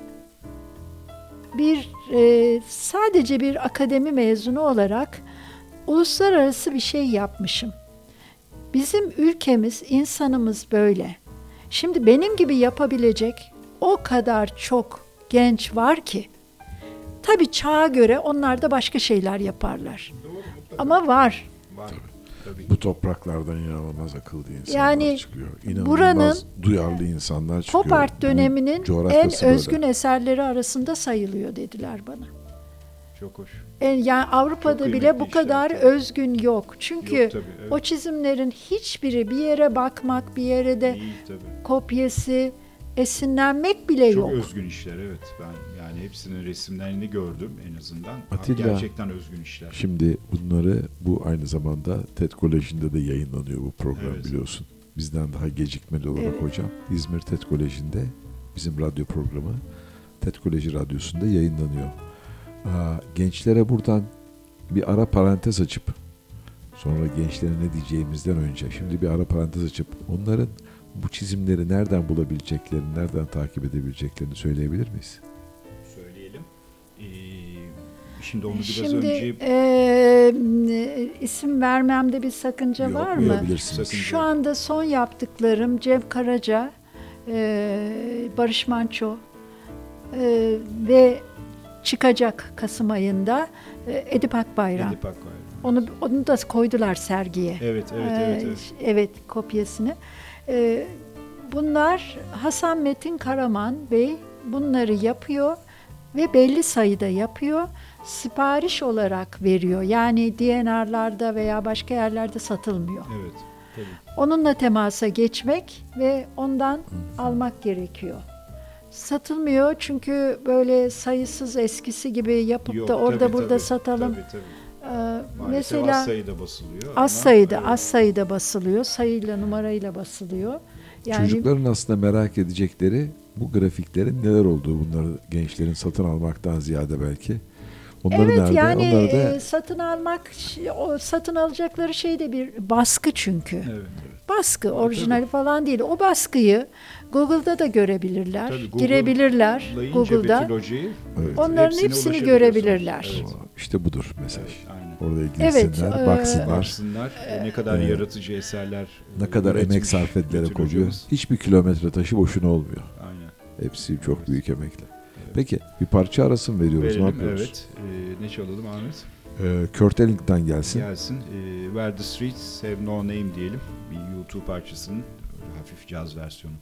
bir e, sadece bir akademi mezunu olarak uluslararası bir şey yapmışım. Bizim ülkemiz, insanımız böyle. Şimdi benim gibi yapabilecek o kadar çok genç var ki. Tabii çağa göre onlar da başka şeyler yaparlar. Ama var. Var. Tabii. Bu topraklardan inanılmaz akıllı insanlar Yani çıkıyor. İnanılmaz buranın duyarlı insanlar çıkıyor. Pop art Bu döneminin en coğrafyası böyle. özgün eserleri arasında sayılıyor dediler bana. Çok hoş. En, yani Avrupa'da Çok bile kıymetli bu işler kadar tabii. özgün yok. Çünkü Yok tabii, evet. o çizimlerin hiçbiri bir yere bakmak, bir yere de İyi tabii. kopyası, esinlenmek bile Çok yok. özgün işler, evet. Ben yani hepsinin resimlerini gördüm en azından. Atilla, Gerçekten özgün işler. Şimdi bunları bu aynı zamanda TED Koleji'nde de yayınlanıyor bu program, Evet. biliyorsun. Bizden daha gecikmeli olarak Evet. hocam. İzmir TED Koleji'nde bizim radyo programı TED Koleji Radyosu'nda yayınlanıyor. Aa, gençlere buradan bir ara parantez açıp sonra gençlere ne diyeceğimizden önce şimdi bir ara parantez açıp onların bu çizimleri nereden bulabileceklerini, nereden takip edebileceklerini söyleyebilir miyiz? Söyleyelim. Ee, şimdi onu biraz Şimdi önce e, isim vermemde bir sakınca Yok, var mı? verebilirsiniz. Sakın- Şu anda son yaptıklarım Cem Karaca, e, Barış Manço e, ve çıkacak Kasım ayında e, Edip Akbayram. Edip Akbayram. Onu onu da koydular sergiye. Evet, evet, Ee, evet, evet. evet, kopyasını. Ee, bunlar Hasan Metin Karaman Bey bunları yapıyor ve belli sayıda yapıyor. Sipariş olarak veriyor. Yani D N R'larda veya başka yerlerde satılmıyor. Evet. Tabii. Onunla temasa geçmek ve ondan almak gerekiyor. Satılmıyor çünkü böyle sayısız eskisi gibi yapıp Yok, da orada tabii, burada tabii, satalım. Tabii, tabii. Ee, Maalesef mesela az sayıda basılıyor. Az ama, sayıda, evet. az sayıda basılıyor. Sayıyla, numarayla basılıyor. Yani Çocukların aslında merak edecekleri bu grafiklerin neler olduğu, bunları gençlerin satın almaktan ziyade belki. Onları evet nerede? yani Onları da e, satın almak, o satın alacakları şey de bir baskı çünkü. Evet, evet. Baskı, orijinali falan değil. O baskıyı Google'da da görebilirler, Tabii, Google girebilirler Layınca Google'da. Betül Hoca'yı, Evet. Onların hepsine hepsini ulaşabiliyorsunuz. görebilirler. Evet. İşte budur mesaj. Aynen. Oraya Evet, girsinler, e, baksınlar. Baksınlar ne kadar Evet. yaratıcı eserler, Ne kadar üretmiş emek sarf edilerek Betül oluyor. hocamız. Hiçbir kilometre taşı boşuna olmuyor. Aynen. Hepsi çok büyük emekle. Peki bir parça arası mı veriyoruz? Verelim, ne yapıyoruz? evet. Ee, ne çalalım Ahmet? Ee, Kurt Ellington gelsin. Gelsin. Ee, Where the Streets Have No Name diyelim. Bir YouTube parçasının böyle hafif caz versiyonu.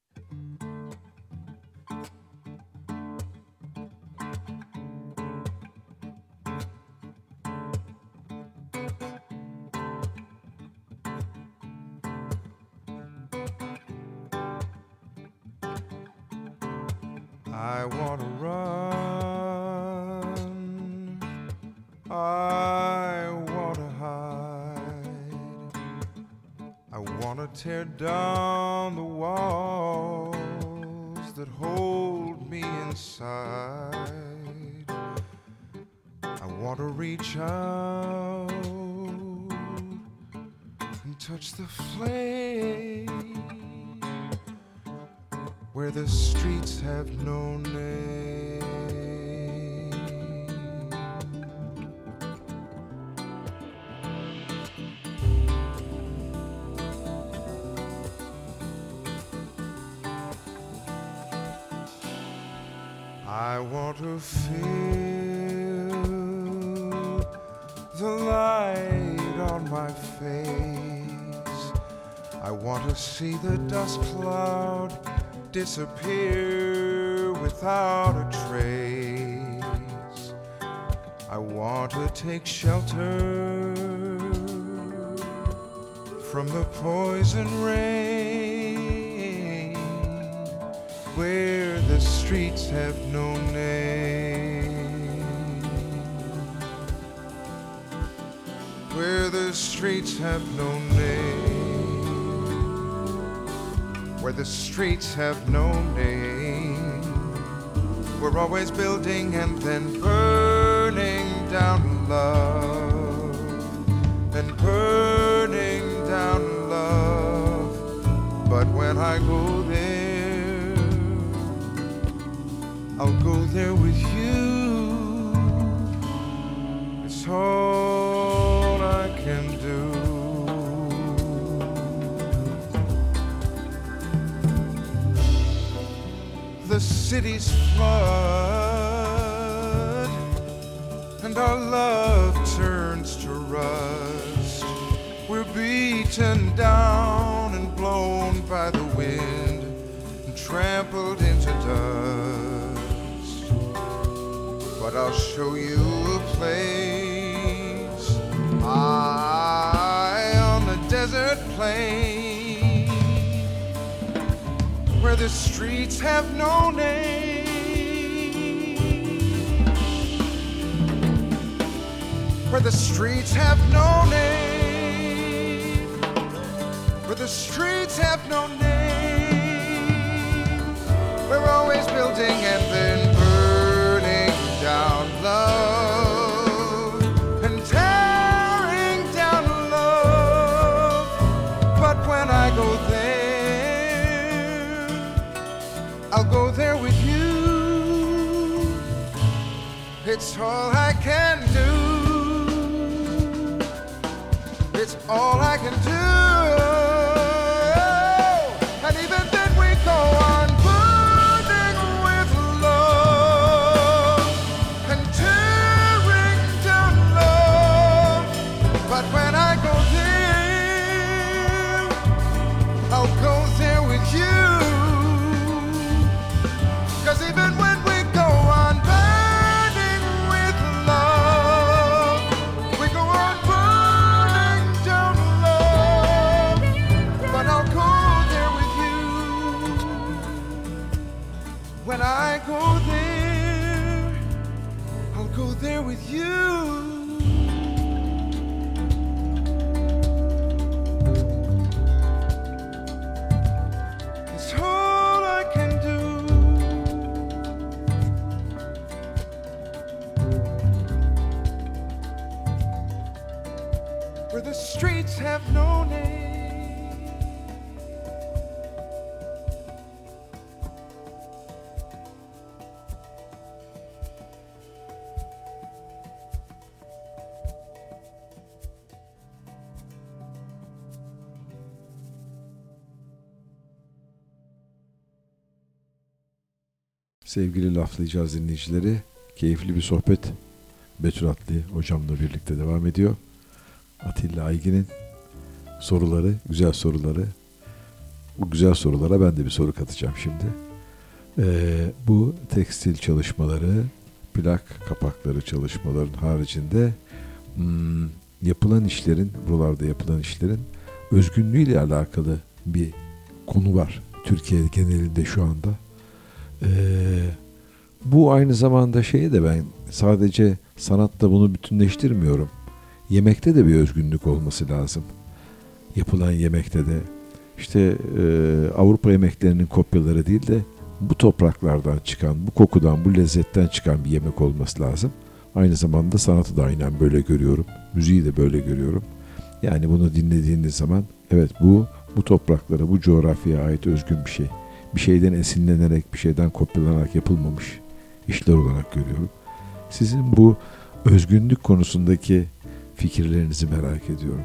I want to run, I want to hide, I want to tear down the walls that hold me inside. I want to reach out and touch the flame where the streets have no name. I want to feel the light on my face. I want to see the dust cloud disappear without a trace. I want to take shelter from the poison rain where the streets have no name, where the streets have no name, where the streets have no name. We're always building and then burning down love, and burning down love. But when I go there, I'll go there with you. It's all I can do. The cities flood, and our love turns to rust. We're beaten down and blown by the wind and trampled into dust. But I'll show you a place high on the desert plain where the streets have no name, where the streets have no name, where the streets have no name. We're always building and then burning down love and tearing down love. But when I go there, I'll go there with you. It's all I can do. It's all I can do. And even then we go on burning with love and tearing down love. But when I go there, I'll go there with you. 'Cause even when we go on burning with love, we go on burning down love. But I'll go there with you. When I go there, I'll go there with you. It's all I can do. Where the streets have no name, Sevgili Laflayacağız dinleyicileri, keyifli bir sohbet Betül Atlı hocamla birlikte devam ediyor. Atilla Aygin'in soruları, güzel soruları. Bu güzel sorulara ben de bir soru katacağım şimdi. Ee, bu tekstil çalışmaları, plak kapakları çalışmaların haricinde hmm, yapılan işlerin, buralarda yapılan işlerin özgünlüğüyle alakalı bir konu var. Türkiye genelinde şu anda. Ee, bu aynı zamanda şeyi de ben sadece sanatta bunu bütünleştirmiyorum. Yemekte de bir özgünlük olması lazım. Yapılan yemekte de işte e, Avrupa yemeklerinin kopyaları değil de bu topraklardan çıkan, bu kokudan, bu lezzetten çıkan bir yemek olması lazım. Aynı zamanda sanatı da aynen böyle görüyorum. Müziği de böyle görüyorum. Yani bunu dinlediğiniz zaman evet bu bu topraklara, bu coğrafyaya ait özgün bir şey. Bir şeyden esinlenerek, bir şeyden kopyalanarak yapılmamış işler olarak görüyorum. Sizin bu özgünlük konusundaki fikirlerinizi merak ediyorum.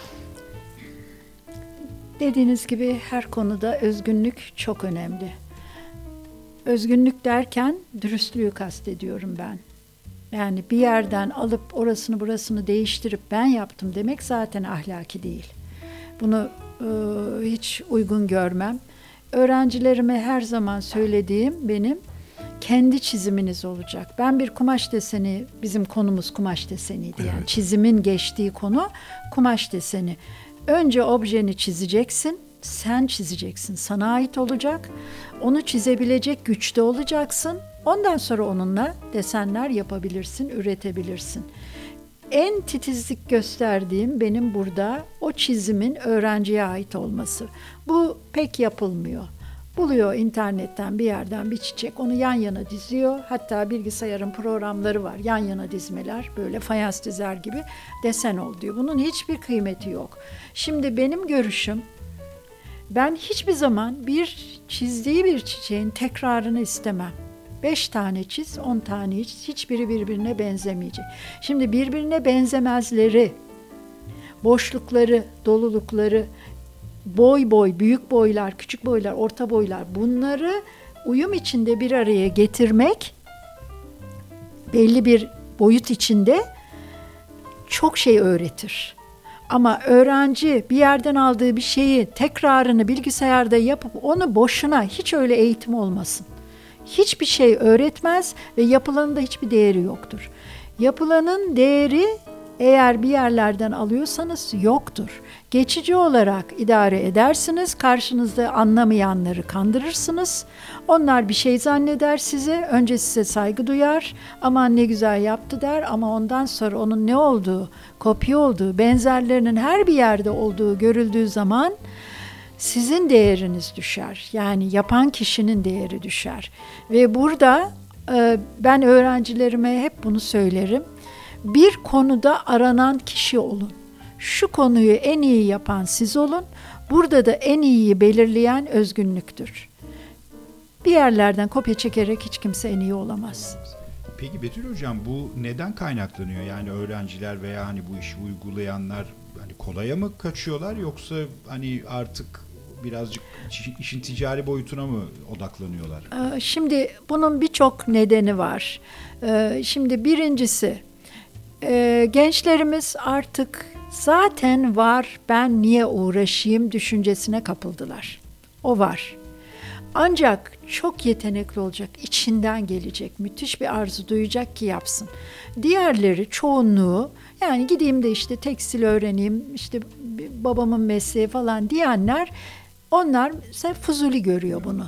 Dediğiniz gibi her konuda özgünlük çok önemli. Özgünlük derken dürüstlüğü kastediyorum ben. Yani bir yerden alıp orasını burasını değiştirip ben yaptım demek zaten ahlaki değil. Bunu e, hiç uygun görmem. Öğrencilerime her zaman söylediğim benim kendi çiziminiz olacak. Ben bir kumaş deseni, bizim konumuz kumaş deseniydi. Yani Evet. çizimin geçtiği konu kumaş deseni. Önce objeni çizeceksin, sen çizeceksin, sana ait olacak. Onu çizebilecek güçte olacaksın. Ondan sonra onunla desenler yapabilirsin, üretebilirsin. En titizlik gösterdiğim benim burada o çizimin öğrenciye ait olması. Bu pek yapılmıyor. Buluyor internetten bir yerden bir çiçek, onu yan yana diziyor. Hatta bilgisayarın programları var, yan yana dizmeler, böyle fayans dizer gibi desen ol diyor. Bunun hiçbir kıymeti yok. Şimdi benim görüşüm, ben hiçbir zaman bir çizdiği bir çiçeğin tekrarını istemem. Beş tane çiz, on tane çiz, hiçbiri birbirine benzemeyecek. Şimdi birbirine benzemezleri, boşlukları, dolulukları, boy boy, büyük boylar, küçük boylar, orta boylar, bunları uyum içinde bir araya getirmek, belli bir boyut içinde çok şey öğretir. Ama öğrenci bir yerden aldığı bir şeyi tekrarını bilgisayarda yapıp onu boşuna, hiç öyle eğitim olmasın. Hiçbir şey öğretmez ve yapılanın da hiçbir değeri yoktur. Yapılanın değeri eğer bir yerlerden alıyorsanız yoktur. Geçici olarak idare edersiniz, karşınızda anlamayanları kandırırsınız. Onlar bir şey zanneder size, önce size saygı duyar, aman ne güzel yaptı der ama ondan sonra onun ne olduğu, kopya olduğu, benzerlerinin her bir yerde olduğu görüldüğü zaman sizin değeriniz düşer. Yani yapan kişinin değeri düşer. Ve burada e, ben öğrencilerime hep bunu söylerim. Bir konuda aranan kişi olun. Şu konuyu en iyi yapan siz olun. Burada da en iyiyi belirleyen özgünlüktür. Bir yerlerden kopya çekerek hiç kimse en iyi olamaz. Peki Betül Hocam, bu neden kaynaklanıyor? Yani öğrenciler veya hani bu işi uygulayanlar hani kolaya mı kaçıyorlar, yoksa hani artık birazcık işin ticari boyutuna mı odaklanıyorlar? Ee, Şimdi bunun birçok nedeni var. Ee, Şimdi birincisi, e, gençlerimiz artık zaten var, ben niye uğraşayım düşüncesine kapıldılar. O var. Ancak çok yetenekli olacak, içinden gelecek, müthiş bir arzu duyacak ki yapsın. Diğerleri, çoğunluğu, yani gideyim de işte tekstil öğreneyim, işte babamın mesleği falan diyenler, onlar mesela fuzuli görüyor bunu.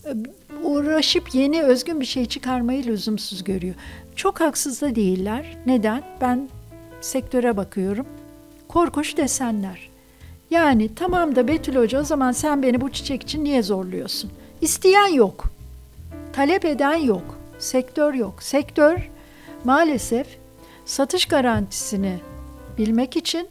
Uğraşıp yeni özgün bir şey çıkarmayı lüzumsuz görüyor. Çok haksız da değiller. Neden? Ben sektöre bakıyorum. Korkunç desenler. Yani tamam da Betül Hoca, o zaman sen beni bu çiçek için niye zorluyorsun? İsteyen yok. Talep eden yok. Sektör yok. Sektör maalesef satış garantisini bilmek için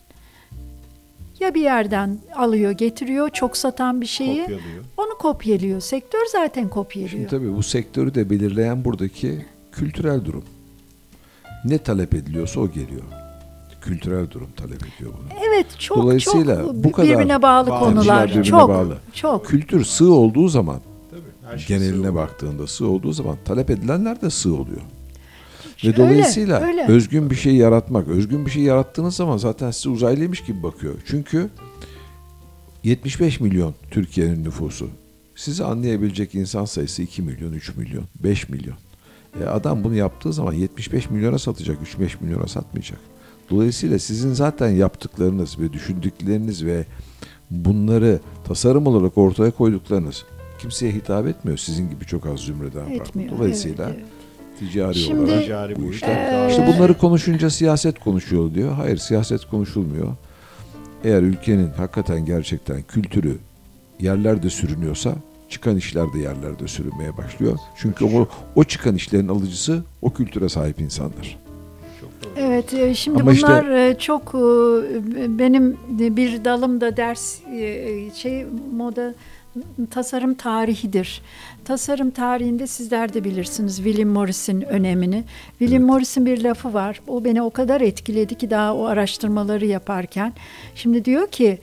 ya bir yerden alıyor, getiriyor, çok satan bir şeyi, Kopyalıyor. onu kopyalıyor. Sektör zaten kopyalıyor. Şimdi tabii bu sektörü de belirleyen buradaki kültürel durum. Ne talep ediliyorsa o geliyor. Kültürel durum talep ediyor bunu. Evet, çok Dolayısıyla çok bu kadar birbirine bağlı bağlı, konular. birbirine Çok, bağlı. çok. Kültür sığ olduğu zaman Tabii. Her şey sığ geneline oluyor. baktığında sığ olduğu zaman talep edilenler de sığ oluyor. Ve Öyle, dolayısıyla öyle. özgün bir şey yaratmak, özgün bir şey yarattığınız zaman zaten size uzaylıymış gibi bakıyor. Çünkü yetmiş beş milyon Türkiye'nin nüfusu. Sizi anlayabilecek insan sayısı iki milyon, üç milyon, beş milyon. E adam bunu yaptığı zaman yetmiş beş milyona satacak, üç beş milyona satmayacak. Dolayısıyla sizin zaten yaptıklarınız ve düşündükleriniz ve bunları tasarım olarak ortaya koyduklarınız kimseye hitap etmiyor. Sizin gibi çok az zümreden var. Etmiyor, Dolayısıyla evet, ticari Şimdi- olarak Ticari bu bu işler. işler. İşte bunları konuşunca siyaset konuşuyor diyor. Hayır, siyaset konuşulmuyor. Eğer ülkenin hakikaten gerçekten kültürü yerlerde sürünüyorsa çıkan işler de yerlerde sürünmeye başlıyor. Çünkü o, o çıkan işlerin alıcısı o kültüre sahip insanlar. Evet, e, şimdi Ama işte- bunlar e, çok e, benim de bir dalımda ders e, şey moda tasarım tarihidir. Tasarım tarihinde sizler de bilirsiniz William Morris'in önemini. William Morris'in bir lafı var. O beni o kadar etkiledi ki daha o araştırmaları yaparken. Şimdi diyor ki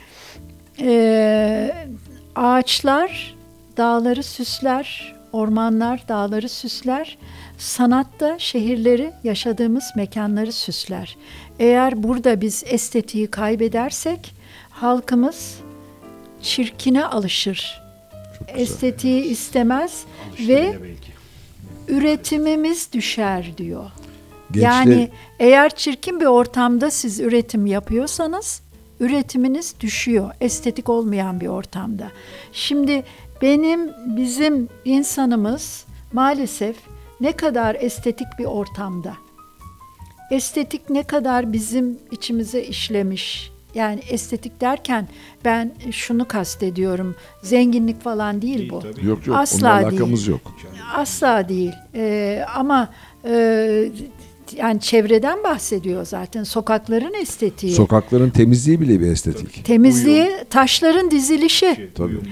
e, ağaçlar dağları süsler, ormanlar dağları süsler. Sanatta şehirleri, yaşadığımız mekanları süsler. Eğer burada biz estetiği kaybedersek halkımız çirkine alışır. Estetiği istemez Alıştı ve bile belki. üretimimiz düşer diyor. Gençler- Yani eğer çirkin bir ortamda siz üretim yapıyorsanız üretiminiz düşüyor. Estetik olmayan bir ortamda. Şimdi benim bizim insanımız maalesef ne kadar estetik bir ortamda. Estetik ne kadar bizim içimize işlemiş. Yani estetik derken ben şunu kastediyorum. Zenginlik falan değil, Değil bu. tabii. Yok yok, Asla onunla değil. alakamız yok. Asla değil. Ee, ama e, yani çevreden bahsediyor zaten. Sokakların estetiği. Sokakların temizliği bile bir estetik. Temizliği, taşların dizilişi. Şey, Tabii. uyumu.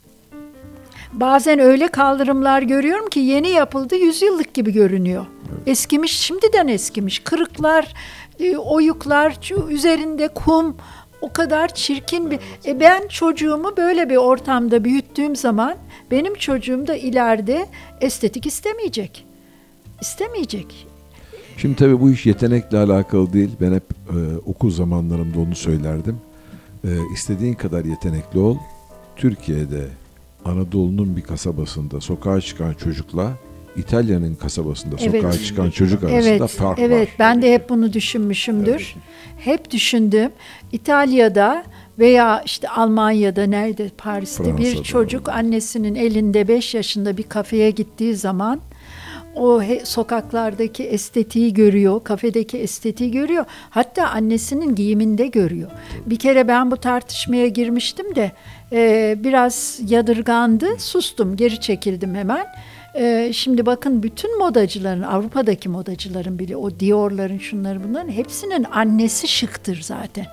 Bazen öyle kaldırımlar görüyorum ki yeni yapıldı, yüzyıllık gibi görünüyor. Eskimiş, şimdiden eskimiş. Kırıklar, e, oyuklar, şu üzerinde kum, o kadar çirkin bir... E ben çocuğumu böyle bir ortamda büyüttüğüm zaman benim çocuğum da ileride estetik istemeyecek. İstemeyecek. Şimdi tabii bu iş yetenekle alakalı değil. Ben hep e, okul zamanlarımda onu söylerdim. E, istediğin kadar yetenekli ol. Türkiye'de Anadolu'nun bir kasabasında sokağa çıkan çocukla İtalya'nın kasabasında Evet. sokağa çıkan çocuk arasında Evet, fark evet. var. Ben de hep bunu düşünmüşümdür. Hep düşündüm. İtalya'da veya işte Almanya'da nerede Paris'te bir Fransa'da çocuk annesinin elinde beş yaşında bir kafeye gittiği zaman o he- sokaklardaki estetiği görüyor, kafedeki estetiği görüyor. Hatta annesinin giyiminde görüyor. Bir kere ben bu tartışmaya girmiştim de e, biraz yadırgandı, sustum, geri çekildim hemen. E, şimdi bakın bütün modacıların, Avrupa'daki modacıların bile o Dior'ların, şunların bunların hepsinin annesi şıktır zaten.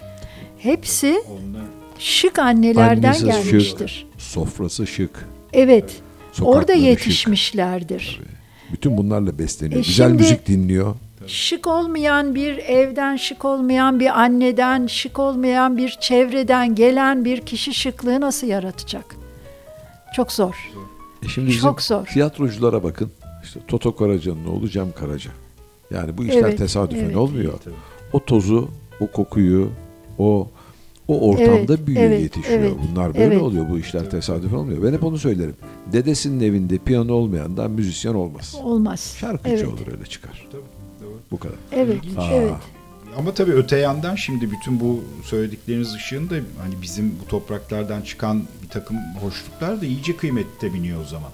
Hepsi Onlar şık annelerden Annesi gelmiştir. şık, sofrası şık. Evet. Sokakları Orada şık. yetişmişlerdir. Bütün bunlarla besleniyor. E Güzel şimdi- müzik dinliyor. Şık olmayan bir evden, şık olmayan bir anneden, şık olmayan bir çevreden gelen bir kişi şıklığı nasıl yaratacak? Çok zor. E şimdi bizim Çok zor. tiyatroculara bakın. İşte Toto Karaca'nın oğlu Cem Karaca. Yani bu işler Evet, tesadüfen evet. olmuyor. tabii. O tozu, o kokuyu, o o ortamda Evet, büyüyor, evet, yetişiyor. evet, Bunlar böyle evet. oluyor. Bu işler tesadüfen olmuyor. Ben hep onu söylerim. Dedesinin evinde piyano olmayandan müzisyen olmaz. Olmaz. Şarkıcı Evet. olur, öyle çıkar. Tabii, doğru. Bu kadar. Evet, Aa. evet. Ama tabii öte yandan şimdi bütün bu söyledikleriniz ışığında hani bizim bu topraklardan çıkan bir takım hoşluklar da iyice kıymette biniyor o zaman.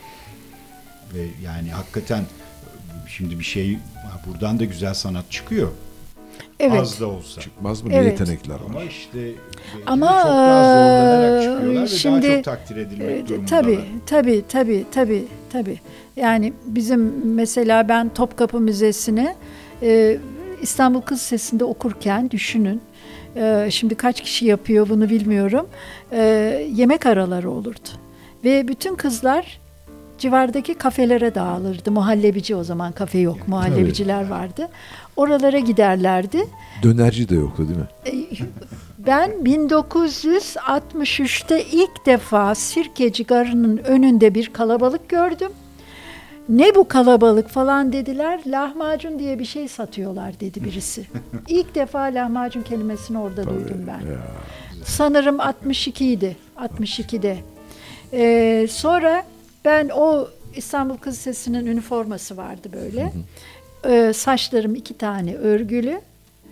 Ve yani hakikaten şimdi bir şey buradan da güzel sanat çıkıyor. Evet. Az da olsa. Çıkmaz mı? Ne Evet. yetenekler var. Ama işte belki de Ama, çok daha zorlanarak eee, çıkıyorlar ve şimdi, daha çok takdir edilmek Ee, durumundalar. Tabii, tabii, tabii, tabii, tabii. Yani bizim mesela ben Topkapı Müzesi'ne e, İstanbul Kız Lisesi'nde okurken düşünün. E, şimdi kaç kişi yapıyor bunu bilmiyorum. E, yemek araları olurdu. Ve bütün kızlar civardaki kafelere dağılırdı. Muhallebici, o zaman kafe yok. Muhallebiciler vardı. Oralara giderlerdi. Dönerci de yoktu değil mi? E, Ben bin dokuz yüz altmış üçte ilk defa Sirkeci Garı'nın önünde bir kalabalık gördüm. Ne bu kalabalık falan dediler. Lahmacun diye bir şey satıyorlar dedi birisi. İlk defa lahmacun kelimesini orada duydum ben. Ya. Sanırım altmış iki idi. altmış ikide. Ee, sonra ben o İstanbul Kız Lisesi'nin üniforması vardı böyle. Ee, saçlarım iki tane örgülü.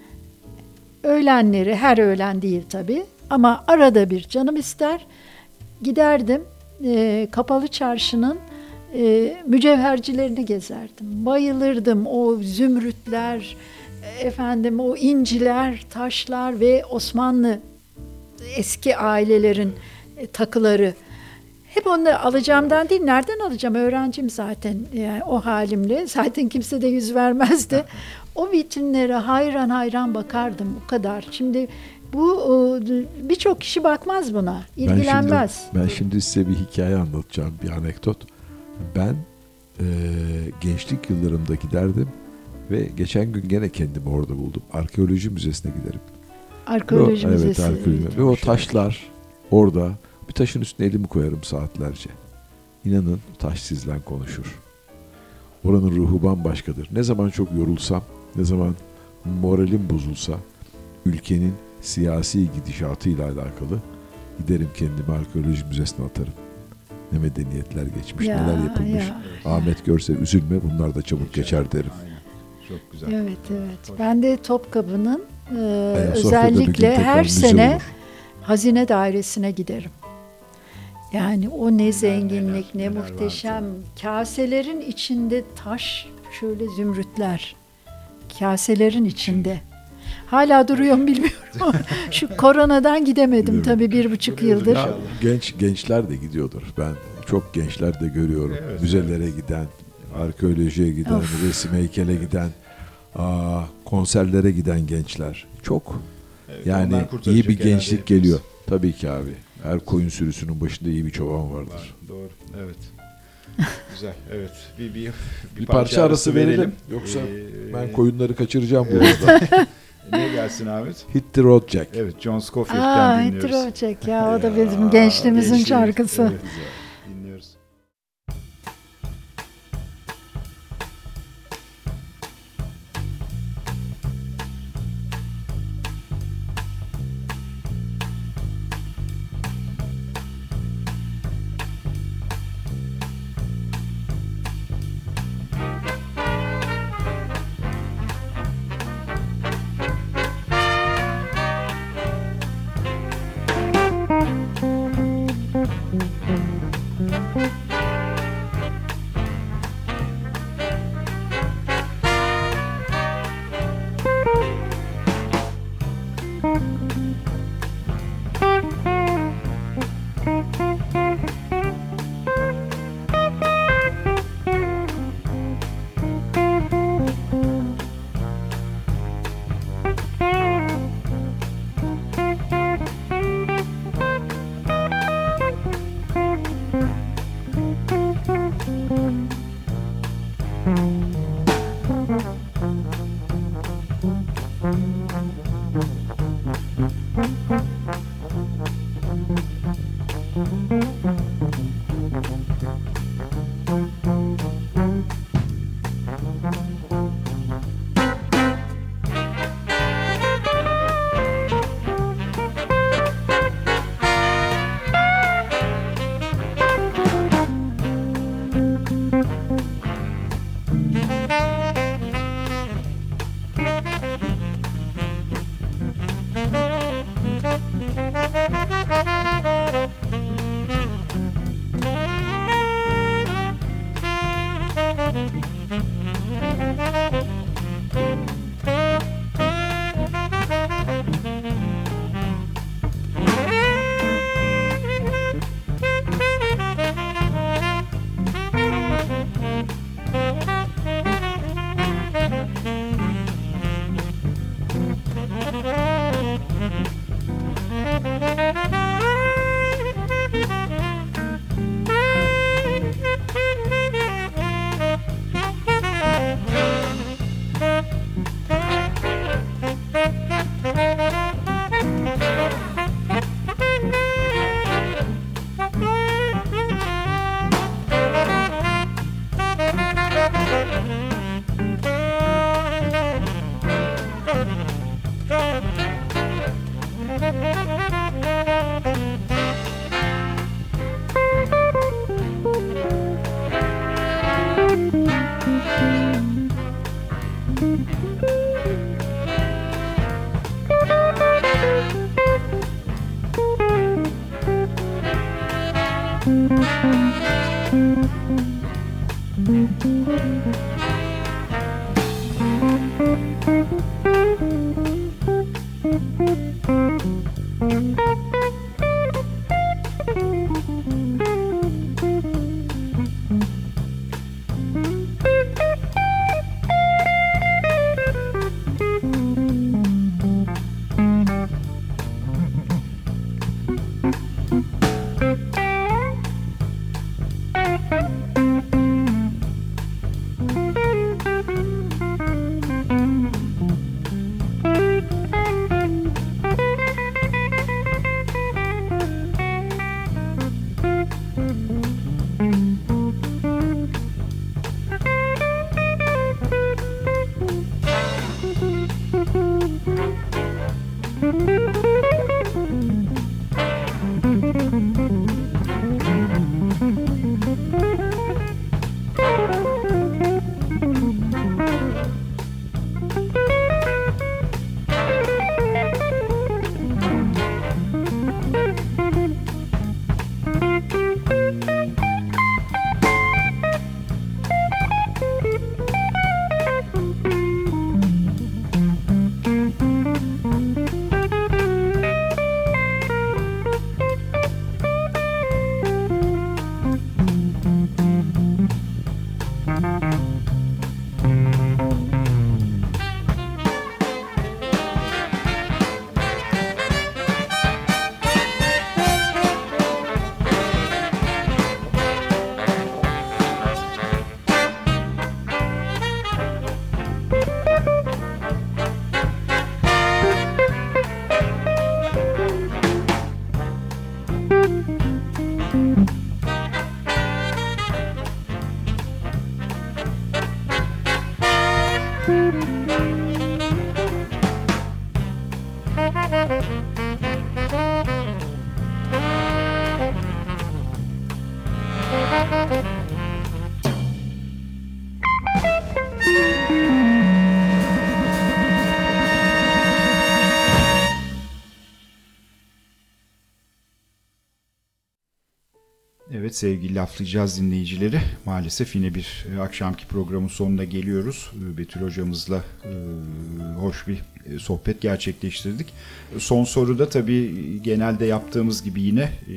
Öğlenleri, her öğlen değil tabii. Ama arada bir canım ister. Giderdim. e, Kapalı Çarşı'nın e, mücevhercilerini gezerdim. Bayılırdım o zümrütler, efendim o inciler, taşlar ve Osmanlı eski ailelerin e, takıları. Hep onları alacağımdan değil, nereden alacağım? Öğrencim zaten, yani o halimle. Zaten kimse de yüz vermezdi. O vitrinlere hayran hayran bakardım, o kadar. Şimdi bu e, birçok kişi bakmaz buna, ilgilenmez. Ben şimdi, ben şimdi size bir hikaye anlatacağım, bir anekdot. Ben e, gençlik yıllarımda giderdim ve geçen gün gene kendimi orada buldum. Arkeoloji Müzesi'ne giderim. Arkeoloji Ve o- müzesi. Evet, arkeoloji. Ve o taşlar orada, bir taşın üstüne elimi koyarım saatlerce. İnanın taş sizle konuşur. Oranın ruhu bambaşkadır. Ne zaman çok yorulsam, ne zaman moralim bozulsa, ülkenin siyasi gidişatıyla alakalı giderim kendimi arkeoloji müzesine atarım. Ne medeniyetler geçmiş, Ya, neler yapılmış. ya. Ahmet görse üzülme, bunlar da çabuk geçer derim. Aynen. Çok güzel. Evet, evet. Ben de Topkapı'nın e, Ayasofya'da bir gün özellikle tekrar her müze sene olur. Hazine Dairesi'ne giderim. Yani o ne zenginlik, ne neler muhteşem. Kaselerin içinde taş, şöyle zümrütler. Kaselerin içinde. Hala duruyor mu bilmiyorum ama şu koronadan gidemedim tabii bir buçuk Duruyordur yıldır. inşallah. Ya, genç gençler de gidiyordur. Ben çok gençler de görüyorum. Evet, Müzelere giden, arkeolojiye giden, Of. resim heykele giden, aa, konserlere giden gençler. Çok. Evet, Yani ondan kurtaracak iyi bir herhalde gençlik hepimiz. geliyor. Tabii ki abi. Her koyun sürüsünün başında iyi bir çoban vardır. Var, doğru. Evet. Güzel. Evet. Bir, bir, Bir parça arası verelim. Yoksa Ee, ben koyunları kaçıracağım bu Evet. arada. Ne gelsin Ahmet? Hit the road Jack. Evet, John Scofield'den Aa, dinliyoruz. Hitrocek ya, o da Ya, bizim gençliğimizin gençliğimiz. şarkısı. Evet, dinliyoruz. Evet sevgili laflayacağız dinleyicileri, maalesef yine bir e, akşamki programın sonuna geliyoruz. E, Betül hocamızla e, hoş bir e, sohbet gerçekleştirdik. E, son soruda tabii genelde yaptığımız gibi yine e,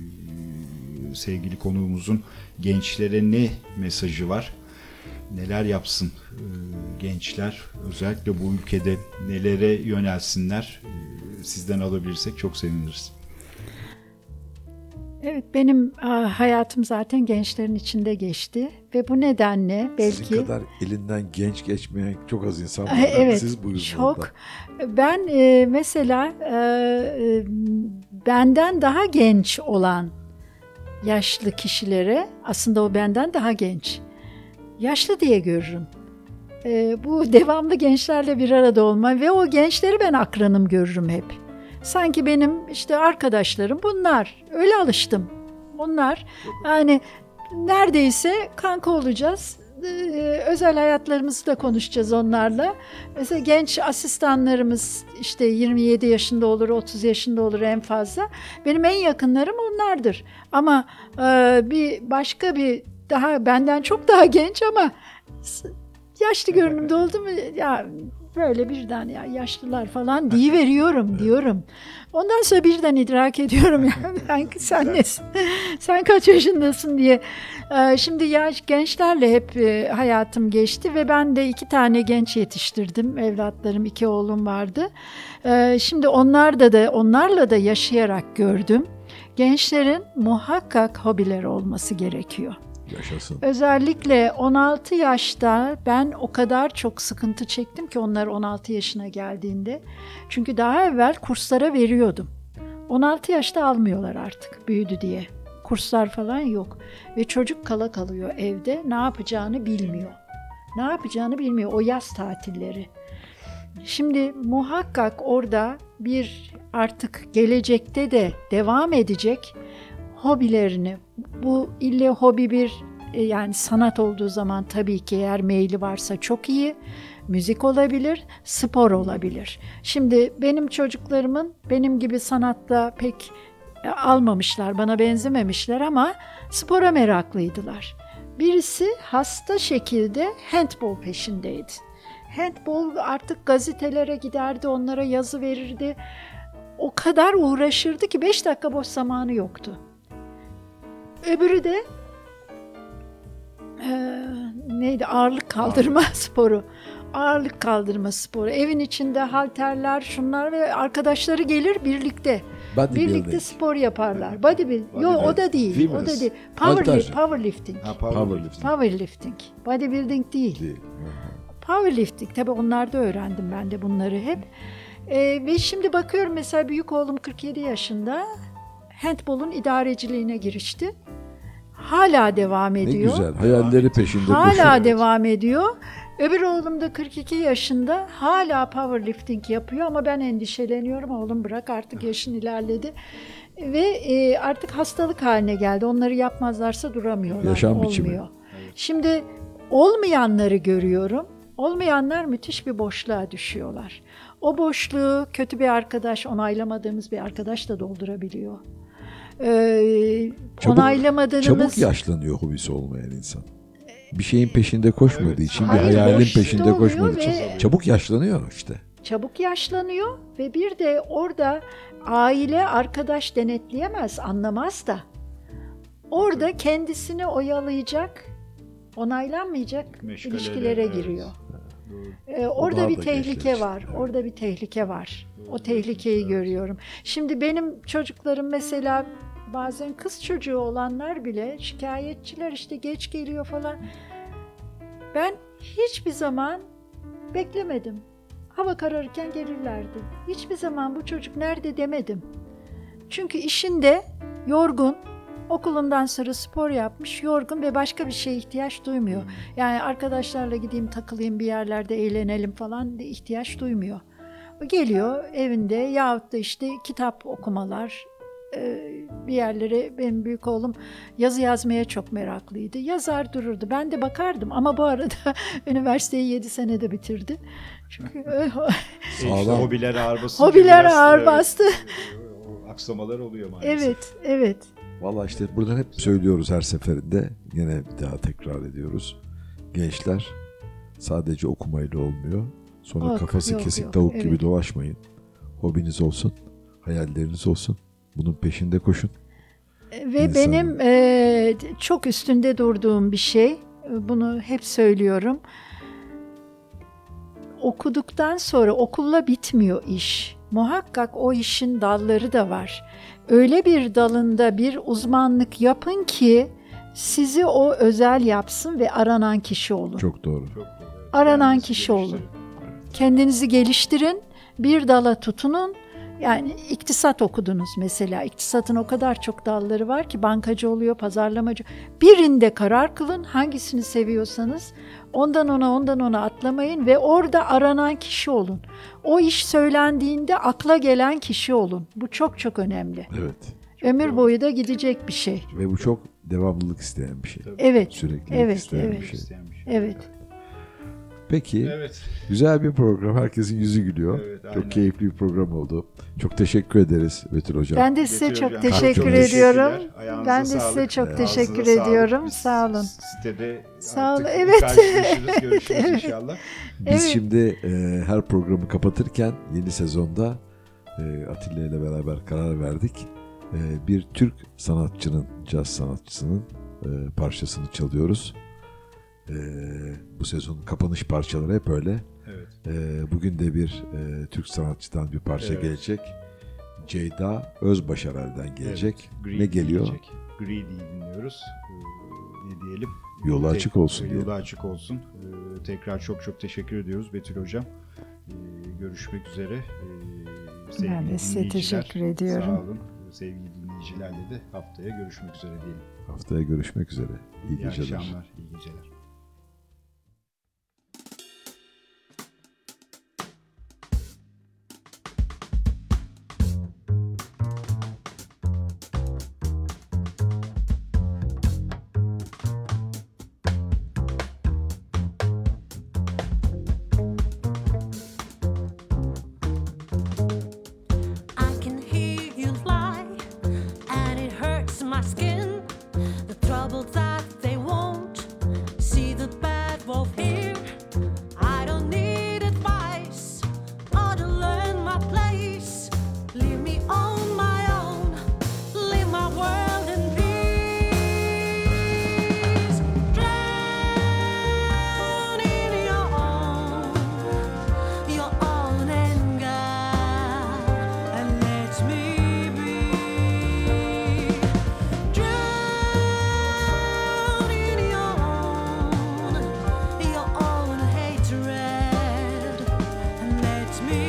sevgili konuğumuzun gençlere ne mesajı var? Neler yapsın e, gençler? Özellikle bu ülkede nelere yönelsinler? E, sizden alabilirsek çok seviniriz. Evet, benim a, hayatım zaten gençlerin içinde geçti ve bu nedenle belki... Sizin kadar elinden genç geçmeyen çok az insan var. Evet, Siz bu yüzden. çok. Ben e, mesela e, e, benden daha genç olan yaşlı kişilere, aslında o benden daha genç, yaşlı diye görürüm. E, bu devamlı gençlerle bir arada olma ve o gençleri ben akranım görürüm hep. Sanki benim işte arkadaşlarım bunlar. Öyle alıştım. Onlar yani neredeyse kanka olacağız. Ee, özel hayatlarımızı da konuşacağız onlarla. Mesela genç asistanlarımız işte yirmi yedi yaşında olur, otuz yaşında olur en fazla. Benim en yakınlarım onlardır. Ama e, bir başka bir daha benden çok daha genç ama yaşlı görünümde oldu mu ya böyle birden ya yaşlılar falan diyiveriyorum diyorum. Ondan sonra birden idrak ediyorum ya ben sen nesin? Sen kaç yaşındasın diye. Ee, şimdi yaş gençlerle hep e, hayatım geçti ve ben de iki tane genç yetiştirdim. Evlatlarım, iki oğlum vardı. Ee, şimdi onlarda da onlarla da yaşayarak gördüm. Gençlerin muhakkak hobileri olması gerekiyor. Yaşasın. Özellikle on altı yaşta ben o kadar çok sıkıntı çektim ki onlar on altı yaşına geldiğinde. Çünkü daha evvel kurslara veriyordum. on altı yaşta almıyorlar artık büyüdü diye. Kurslar falan yok. Ve çocuk kala kalıyor evde, ne yapacağını bilmiyor. Ne yapacağını bilmiyor o yaz tatilleri. Şimdi muhakkak orada bir artık gelecekte de devam edecek hobilerini, bu ille hobi bir yani sanat olduğu zaman tabii ki eğer meyli varsa çok iyi, müzik olabilir, spor olabilir. Şimdi benim çocuklarımın benim gibi sanatta pek almamışlar, bana benzememişler ama spora meraklıydılar. Birisi hasta şekilde handbol peşindeydi. Handbol artık gazetelere giderdi, onlara yazı verirdi. O kadar uğraşırdı ki beş dakika boş zamanı yoktu. Öbürü de e, neydi ağırlık kaldırma sporu. Ağırlık kaldırma sporu. Evin içinde halterler, şunlar ve arkadaşları gelir birlikte. Birlikte spor yaparlar. Bodybuilding. Yok o da değil. Değil o mi? da değil. Power, Halter. powerlifting. Ha, power Powerlifting. Powerlifting. Bodybuilding değil. Değil. Powerlifting. Tabii onlarda öğrendim ben de bunları hep. E, ve şimdi bakıyorum mesela büyük oğlum kırk yedi yaşında. Handbol'un idareciliğine girişti. hala devam Ne ediyor. güzel. Hayalleri peşinde Hala koşuyor. devam ediyor. Öbür oğlum da kırk iki yaşında hala powerlifting yapıyor ama ben endişeleniyorum. Oğlum bırak artık yaşın ilerledi. Ve e, artık hastalık haline geldi. Onları yapmazlarsa duramıyorlar. Yaşam biçimi. Olmuyor. Şimdi olmayanları görüyorum. Olmayanlar müthiş bir boşluğa düşüyorlar. O boşluğu kötü bir arkadaş, onaylamadığımız bir arkadaş da doldurabiliyor. Ee, Çabuk- onaylamadığımız... Çabuk yaşlanıyor hobisi olmayan insan. Bir şeyin peşinde koşmadığı Evet. için, bir Hayır, hayalin boşta peşinde oluyor koşmadığı için ve- çabuk yaşlanıyor işte. çabuk yaşlanıyor ve bir de orada aile, arkadaş denetleyemez, anlamaz da. Orada kendisini oyalayacak, onaylanmayacak Meşgaleler, ilişkilere evet. giriyor. Doğru. Ee, orada daha bir da tehlike gençleşti. var. Orada bir tehlike var. O tehlikeyi görüyorum. Şimdi benim çocuklarım mesela bazen kız çocuğu olanlar bile şikayetçiler, işte geç geliyor falan. Ben hiçbir zaman beklemedim. Hava kararırken gelirlerdi. Hiçbir zaman bu çocuk nerede demedim. Çünkü işinde yorgun, okulundan sonra spor yapmış, yorgun ve başka bir şeye ihtiyaç duymuyor. Yani arkadaşlarla gideyim takılayım bir yerlerde eğlenelim falan diye ihtiyaç duymuyor. O geliyor evinde yahut da işte kitap okumalar, e, bir yerlere, benim büyük oğlum yazı yazmaya çok meraklıydı. Yazar dururdu. Ben de bakardım ama bu arada üniversiteyi yedi senede bitirdi. Çünkü İşte Sağlam. hobiler ağır basınca hobiler biraz, ağır evet, bastı. o aksamalar oluyor maalesef. Evet, evet. Vallahi işte buradan hep söylüyoruz her seferinde. Yine bir daha tekrar ediyoruz. Gençler sadece okumayla olmuyor. Sonra Yok, kafası yok, kesik yok. tavuk gibi Evet. dolaşmayın. Hobiniz olsun, hayalleriniz olsun. Bunun peşinde koşun. Ve İnsanın. benim e, çok üstünde durduğum bir şey, bunu hep söylüyorum. Okuduktan sonra okulla bitmiyor iş. Muhakkak o işin dalları da var. Öyle bir dalında bir uzmanlık yapın ki sizi o özel yapsın ve aranan kişi olun. Çok doğru. Çok doğru. Aranan Kendinizi kişi olun. geliştirin. Kendinizi geliştirin, bir dala tutunun. Yani iktisat okudunuz mesela. İktisatın o kadar çok dalları var ki bankacı oluyor, pazarlamacı. Birinde karar kılın, hangisini seviyorsanız ondan ona ondan ona atlamayın ve orada aranan kişi olun. O iş söylendiğinde akla gelen kişi olun. Bu çok çok önemli. Evet. Ömür boyu da gidecek bir şey. Ve bu çok devamlılık isteyen bir şey. Evet, Süreklilik evet, isteyen evet. bir şey. İsteyen bir şey. evet. Peki, Evet. güzel bir program. Herkesin yüzü gülüyor. Evet, aynen. Çok keyifli bir program oldu. Çok teşekkür ederiz Betül Hocam. Ben de size Betül çok Hocam, teşekkür çok ediyorum. teşekkürler. Ayağınıza Ben de sağlık. size çok Ağzınıza teşekkür sağlık. ediyorum. Biz Sağ olun. Sitede Sağ olun. artık Evet. karşılaşırız, görüşürüz Evet. inşallah. Biz Evet. şimdi e, her programı kapatırken yeni sezonda e, Atilla ile beraber karar verdik. E, bir Türk sanatçının, caz sanatçısının e, parçasını çalıyoruz. E, bu sezonun kapanış parçaları hep öyle. Evet. E, bugün de bir e, Türk sanatçıdan bir parça Evet. gelecek. Ceyda Özbaşarel'den gelecek. Evet, Greedy Ne geliyor? gelecek. Greedy'yi dinliyoruz. Ee, ne diyelim? Yolu Tek- açık olsun Yolu diyelim. açık olsun. Ee, tekrar çok çok teşekkür ediyoruz Betül Hocam. Ee, görüşmek üzere. Ee, sevgili Ben de size dinleyiciler, teşekkür ediyorum. Sağ olun. Sevgili dinleyicilerle de haftaya görüşmek üzere diyelim. Haftaya görüşmek üzere. İyi, İyi geceler. akşamlar, iyi geceler. I can hear you lie, and it hurts my skin. The trouble that they won't see the bad wolf here. I don't need advice or to learn my place. Leave me on my own, leave my world in peace. Drown in your own, your own anger, and let me be. Drown in your own, your own hatred, and let me,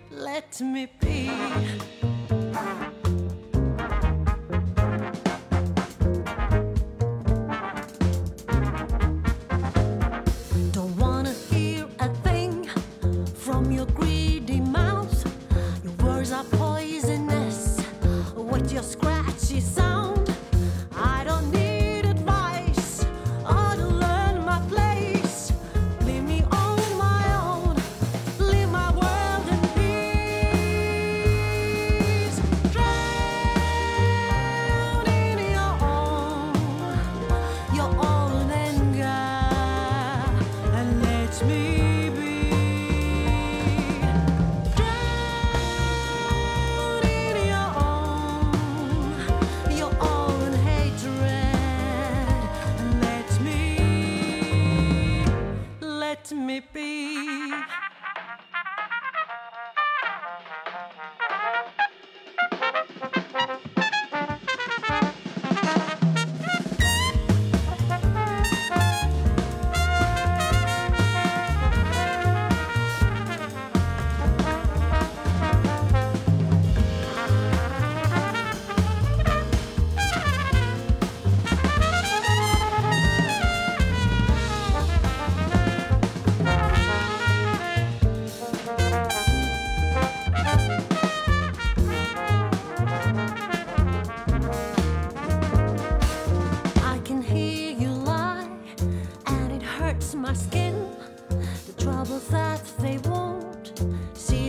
let me be.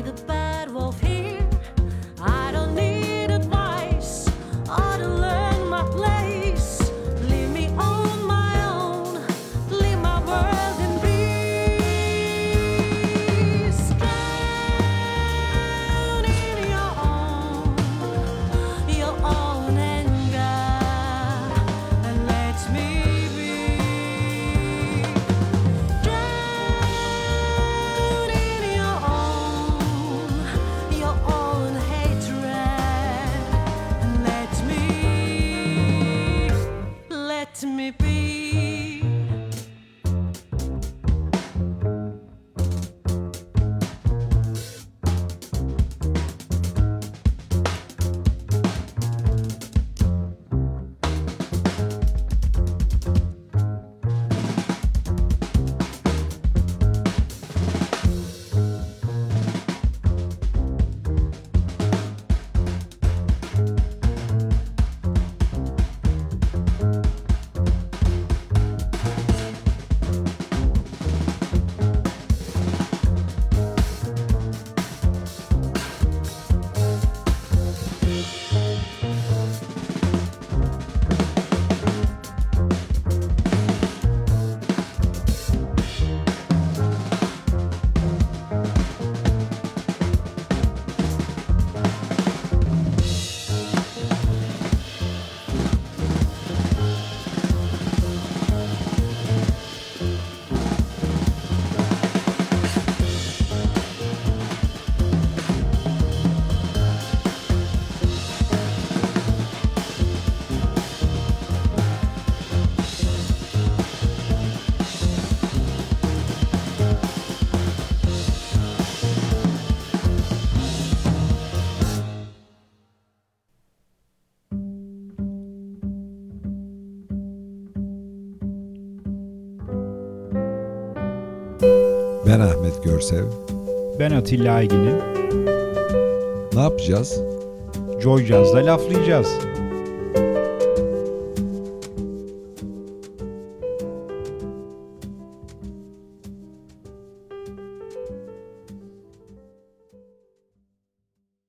the bad wolf here. I don't need advice or to learn my place. Leave me on my own, leave my world in peace. Drown in your own, your own anger, and let me be. Drown in your own, your own hatred, and let me, let me be. Ben Ahmet Görsev. Ben Atilla Aygin'im. Ne yapacağız? Joy Jazz'da laflayacağız.